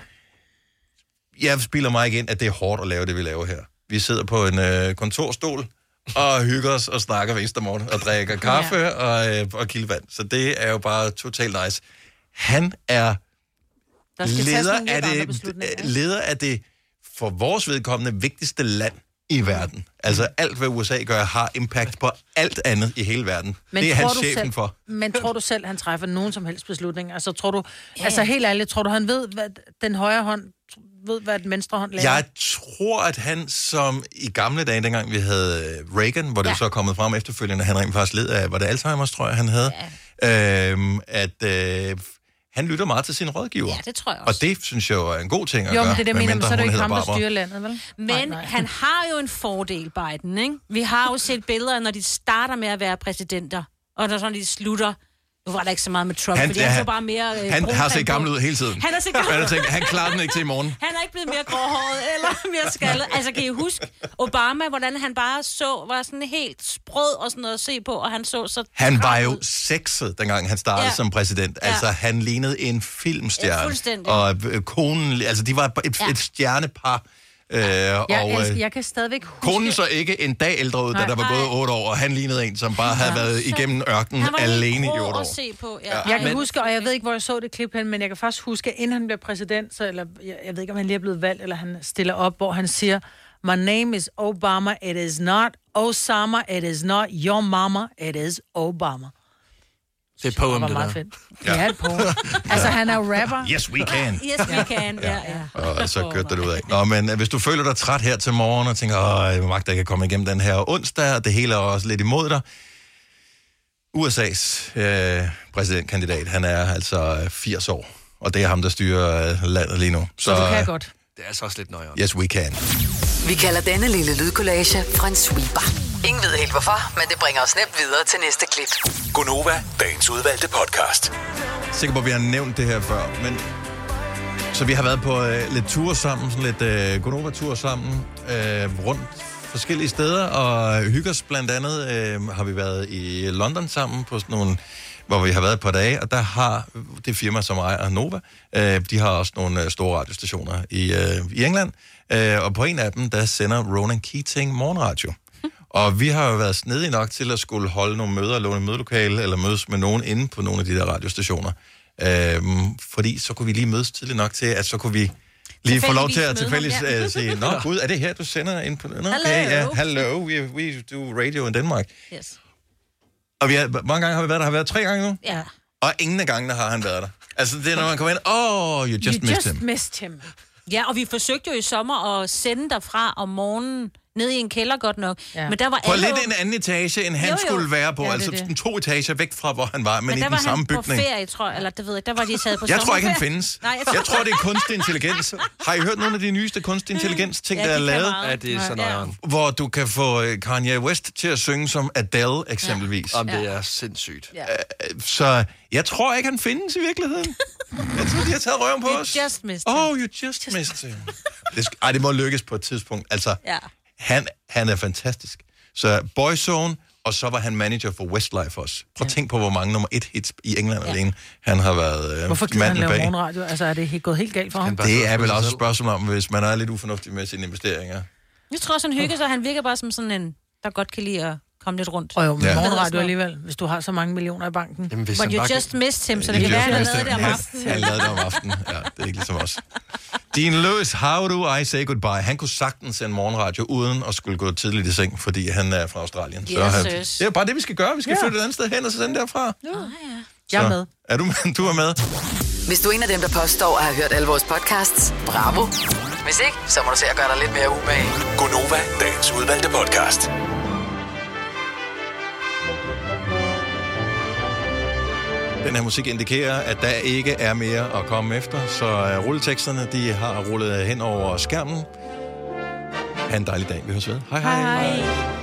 jeg spiller mig ikke ind, at det er hårdt at lave det, vi laver her. Vi sidder på en kontorstol og hygger os og snakker hver eneste morgen og drikker kaffe og kildevand. Så det er jo bare totalt nice. Han er leder af det for vores vedkommende vigtigste land i verden. Altså alt, hvad USA gør, har impact på alt andet i hele verden. Men det er han chefen for. Men tror du selv, han træffer nogen som helst beslutning? Altså tror du, altså helt ærligt, tror du, han ved, hvad den højre hånd ved, hvad den venstre hånd laver? Jeg tror, at han som i gamle dage, dengang vi havde Reagan, hvor det så er kommet frem efterfølgende, han rent faktisk led af, var det Alzheimer's, tror jeg, han havde, han lytter meget til sine rådgiver. Ja, det tror jeg også. Og det synes jeg er en god ting at gøre. Jo, men det mener man, så er det ikke ham, der styrer landet, vel? Men han har jo en fordel, Biden, ikke? Vi har jo set billeder, når de starter med at være præsidenter, og når sådan de slutter. Nu var der ikke så meget med Trump, fordi han så bare mere... han har set gammel ud hele tiden. Han har set gammel ud. Han klarer den ikke til i morgen. Han er ikke blevet mere gråhåret eller mere skaldet. Altså, kan I huske Obama, hvordan han bare var sådan helt sprød og sådan noget at se på, og han så... Han var jo sexet, dengang han startede som præsident. Altså, han lignede en filmstjerne. Fuldstændig. Og konen... Altså, de var et stjernepar. Jeg kan stadigvæk huske... Konen så ikke en dag ældre ud, da der var gået 8 år, og han lignede en, som bare havde været igennem ørkenen alene i 8 år. Se på, Jeg kan huske, og jeg ved ikke, hvor jeg så det klip hen, men jeg kan faktisk huske, at inden han bliver præsident, så, eller jeg ved ikke, om han lige er blevet valgt, eller han stiller op, hvor han siger, my name is Obama, it is not Osama, it is not your mama, it is Obama. Det er poem, det der. Fedt. Ja, det er et poem. Altså, han er rapper. Yes, we can. Yes, we can, ja. Og så kørte det ud af. Nå, men hvis du føler dig træt her til morgen, og tænker, jeg magter ikke at komme igennem den her onsdag, og det hele er også lidt imod dig. USA's præsidentkandidat, han er altså 80 år, og det er ham, der styrer landet lige nu. Så du kan godt. Det er altså også lidt nøjere. Yes, we can. Vi kalder denne lille lydkollage en sweeper. Ingen ved helt hvorfor, men det bringer os nemt videre til næste klip. Gonova, dagens udvalgte podcast. Sikker på, at vi har nævnt det her før, men... Så vi har været på lidt ture sammen, sådan lidt Gonova-tur sammen, rundt forskellige steder, og hyggers blandt andet har vi været i London sammen på sådan nogle, hvor vi har været et par dage, og der har det firma, som ejer Nova, de har også nogle store radiostationer i England, og på en af dem, der sender Ronan Keating morgenradio. Og vi har jo været snedige nok til at skulle holde nogle møder, låne mødelokale, eller mødes med nogen inde på nogle af de der radiostationer. Fordi så kunne vi lige mødes tidligt nok til, at så kunne vi lige få lov til at tilfældigt sige, nå gud, er det her, du sender ind på... Nå, okay, ja, hello, we do radio in Denmark. Yes. Og mange gange har vi været der, har været 3 gange nu? Ja. Og ingen af gangene har han været der. Altså, det er, når man kommer ind, you just missed him. Missed him. Ja, og vi forsøgte jo i sommer at sende derfra om morgenen nede i en kælder godt nok. Ja. Men der var på lidt en anden etage, end han skulle være på. Ja, altså det. 2 etager væk fra, hvor han var, men i den samme bygning. Men der var han på ferie, tror jeg, eller det ved jeg. Der var de taget på jeg tror ikke, han findes. Nej, jeg tror, det er kunstig intelligens. Har I hørt nogle af de nyeste kunstig intelligens-ting, der er lavet? Ja, det er sådan noget. Hvor du kan få Kanye West til at synge som Adele, eksempelvis. Om det er sindssygt. Ja. Så jeg tror ikke, han findes i virkeligheden. Jeg tror, de har taget røven på os. You just missed him. Oh, you just missed him. Det må lykkes på et tidspunkt. Altså, han er fantastisk. Så Boyzone, og så var han manager for Westlife også. Prøv at tænke på, hvor mange nummer 1 hits i England alene han har været hvorfor gider han lave morgenradio? Altså, er det gået helt galt for ham? Det er vel også et spørgsmål om, hvis man er lidt ufornuftig med sine investeringer. Jeg tror også, han hygger sig. Han virker bare som sådan en, der godt kan lide at komme lidt rundt. Og jo, men morgenradio alligevel, hvis du har så mange millioner i banken. Jamen, but you just missed him, så det kan være, at han lavede det om aftenen. Han lavede det om aftenen, ja. Det er ikke ligesom os. Dean Lewis, How Do I Say Goodbye? Han kunne sagtens sende morgenradio uden at skulle gå tidligt i seng, fordi han er fra Australien. Yes, så det er bare det, vi skal gøre. Vi skal flytte et andet sted hen og så sende derfra. Ja. Jeg er med. Er du med? Du er med. Hvis du er en af dem, der påstår at have hørt alle vores podcasts, bravo. Hvis ikke, så må du se at gøre dig lidt mere umage. Gonova, dagens udvalgte podcast. Den her musik indikerer, at der ikke er mere at komme efter, så rulleteksterne, de har rullet hen over skærmen. Ha' en dejlig dag. Vi høres ved. Hej hej. Hej.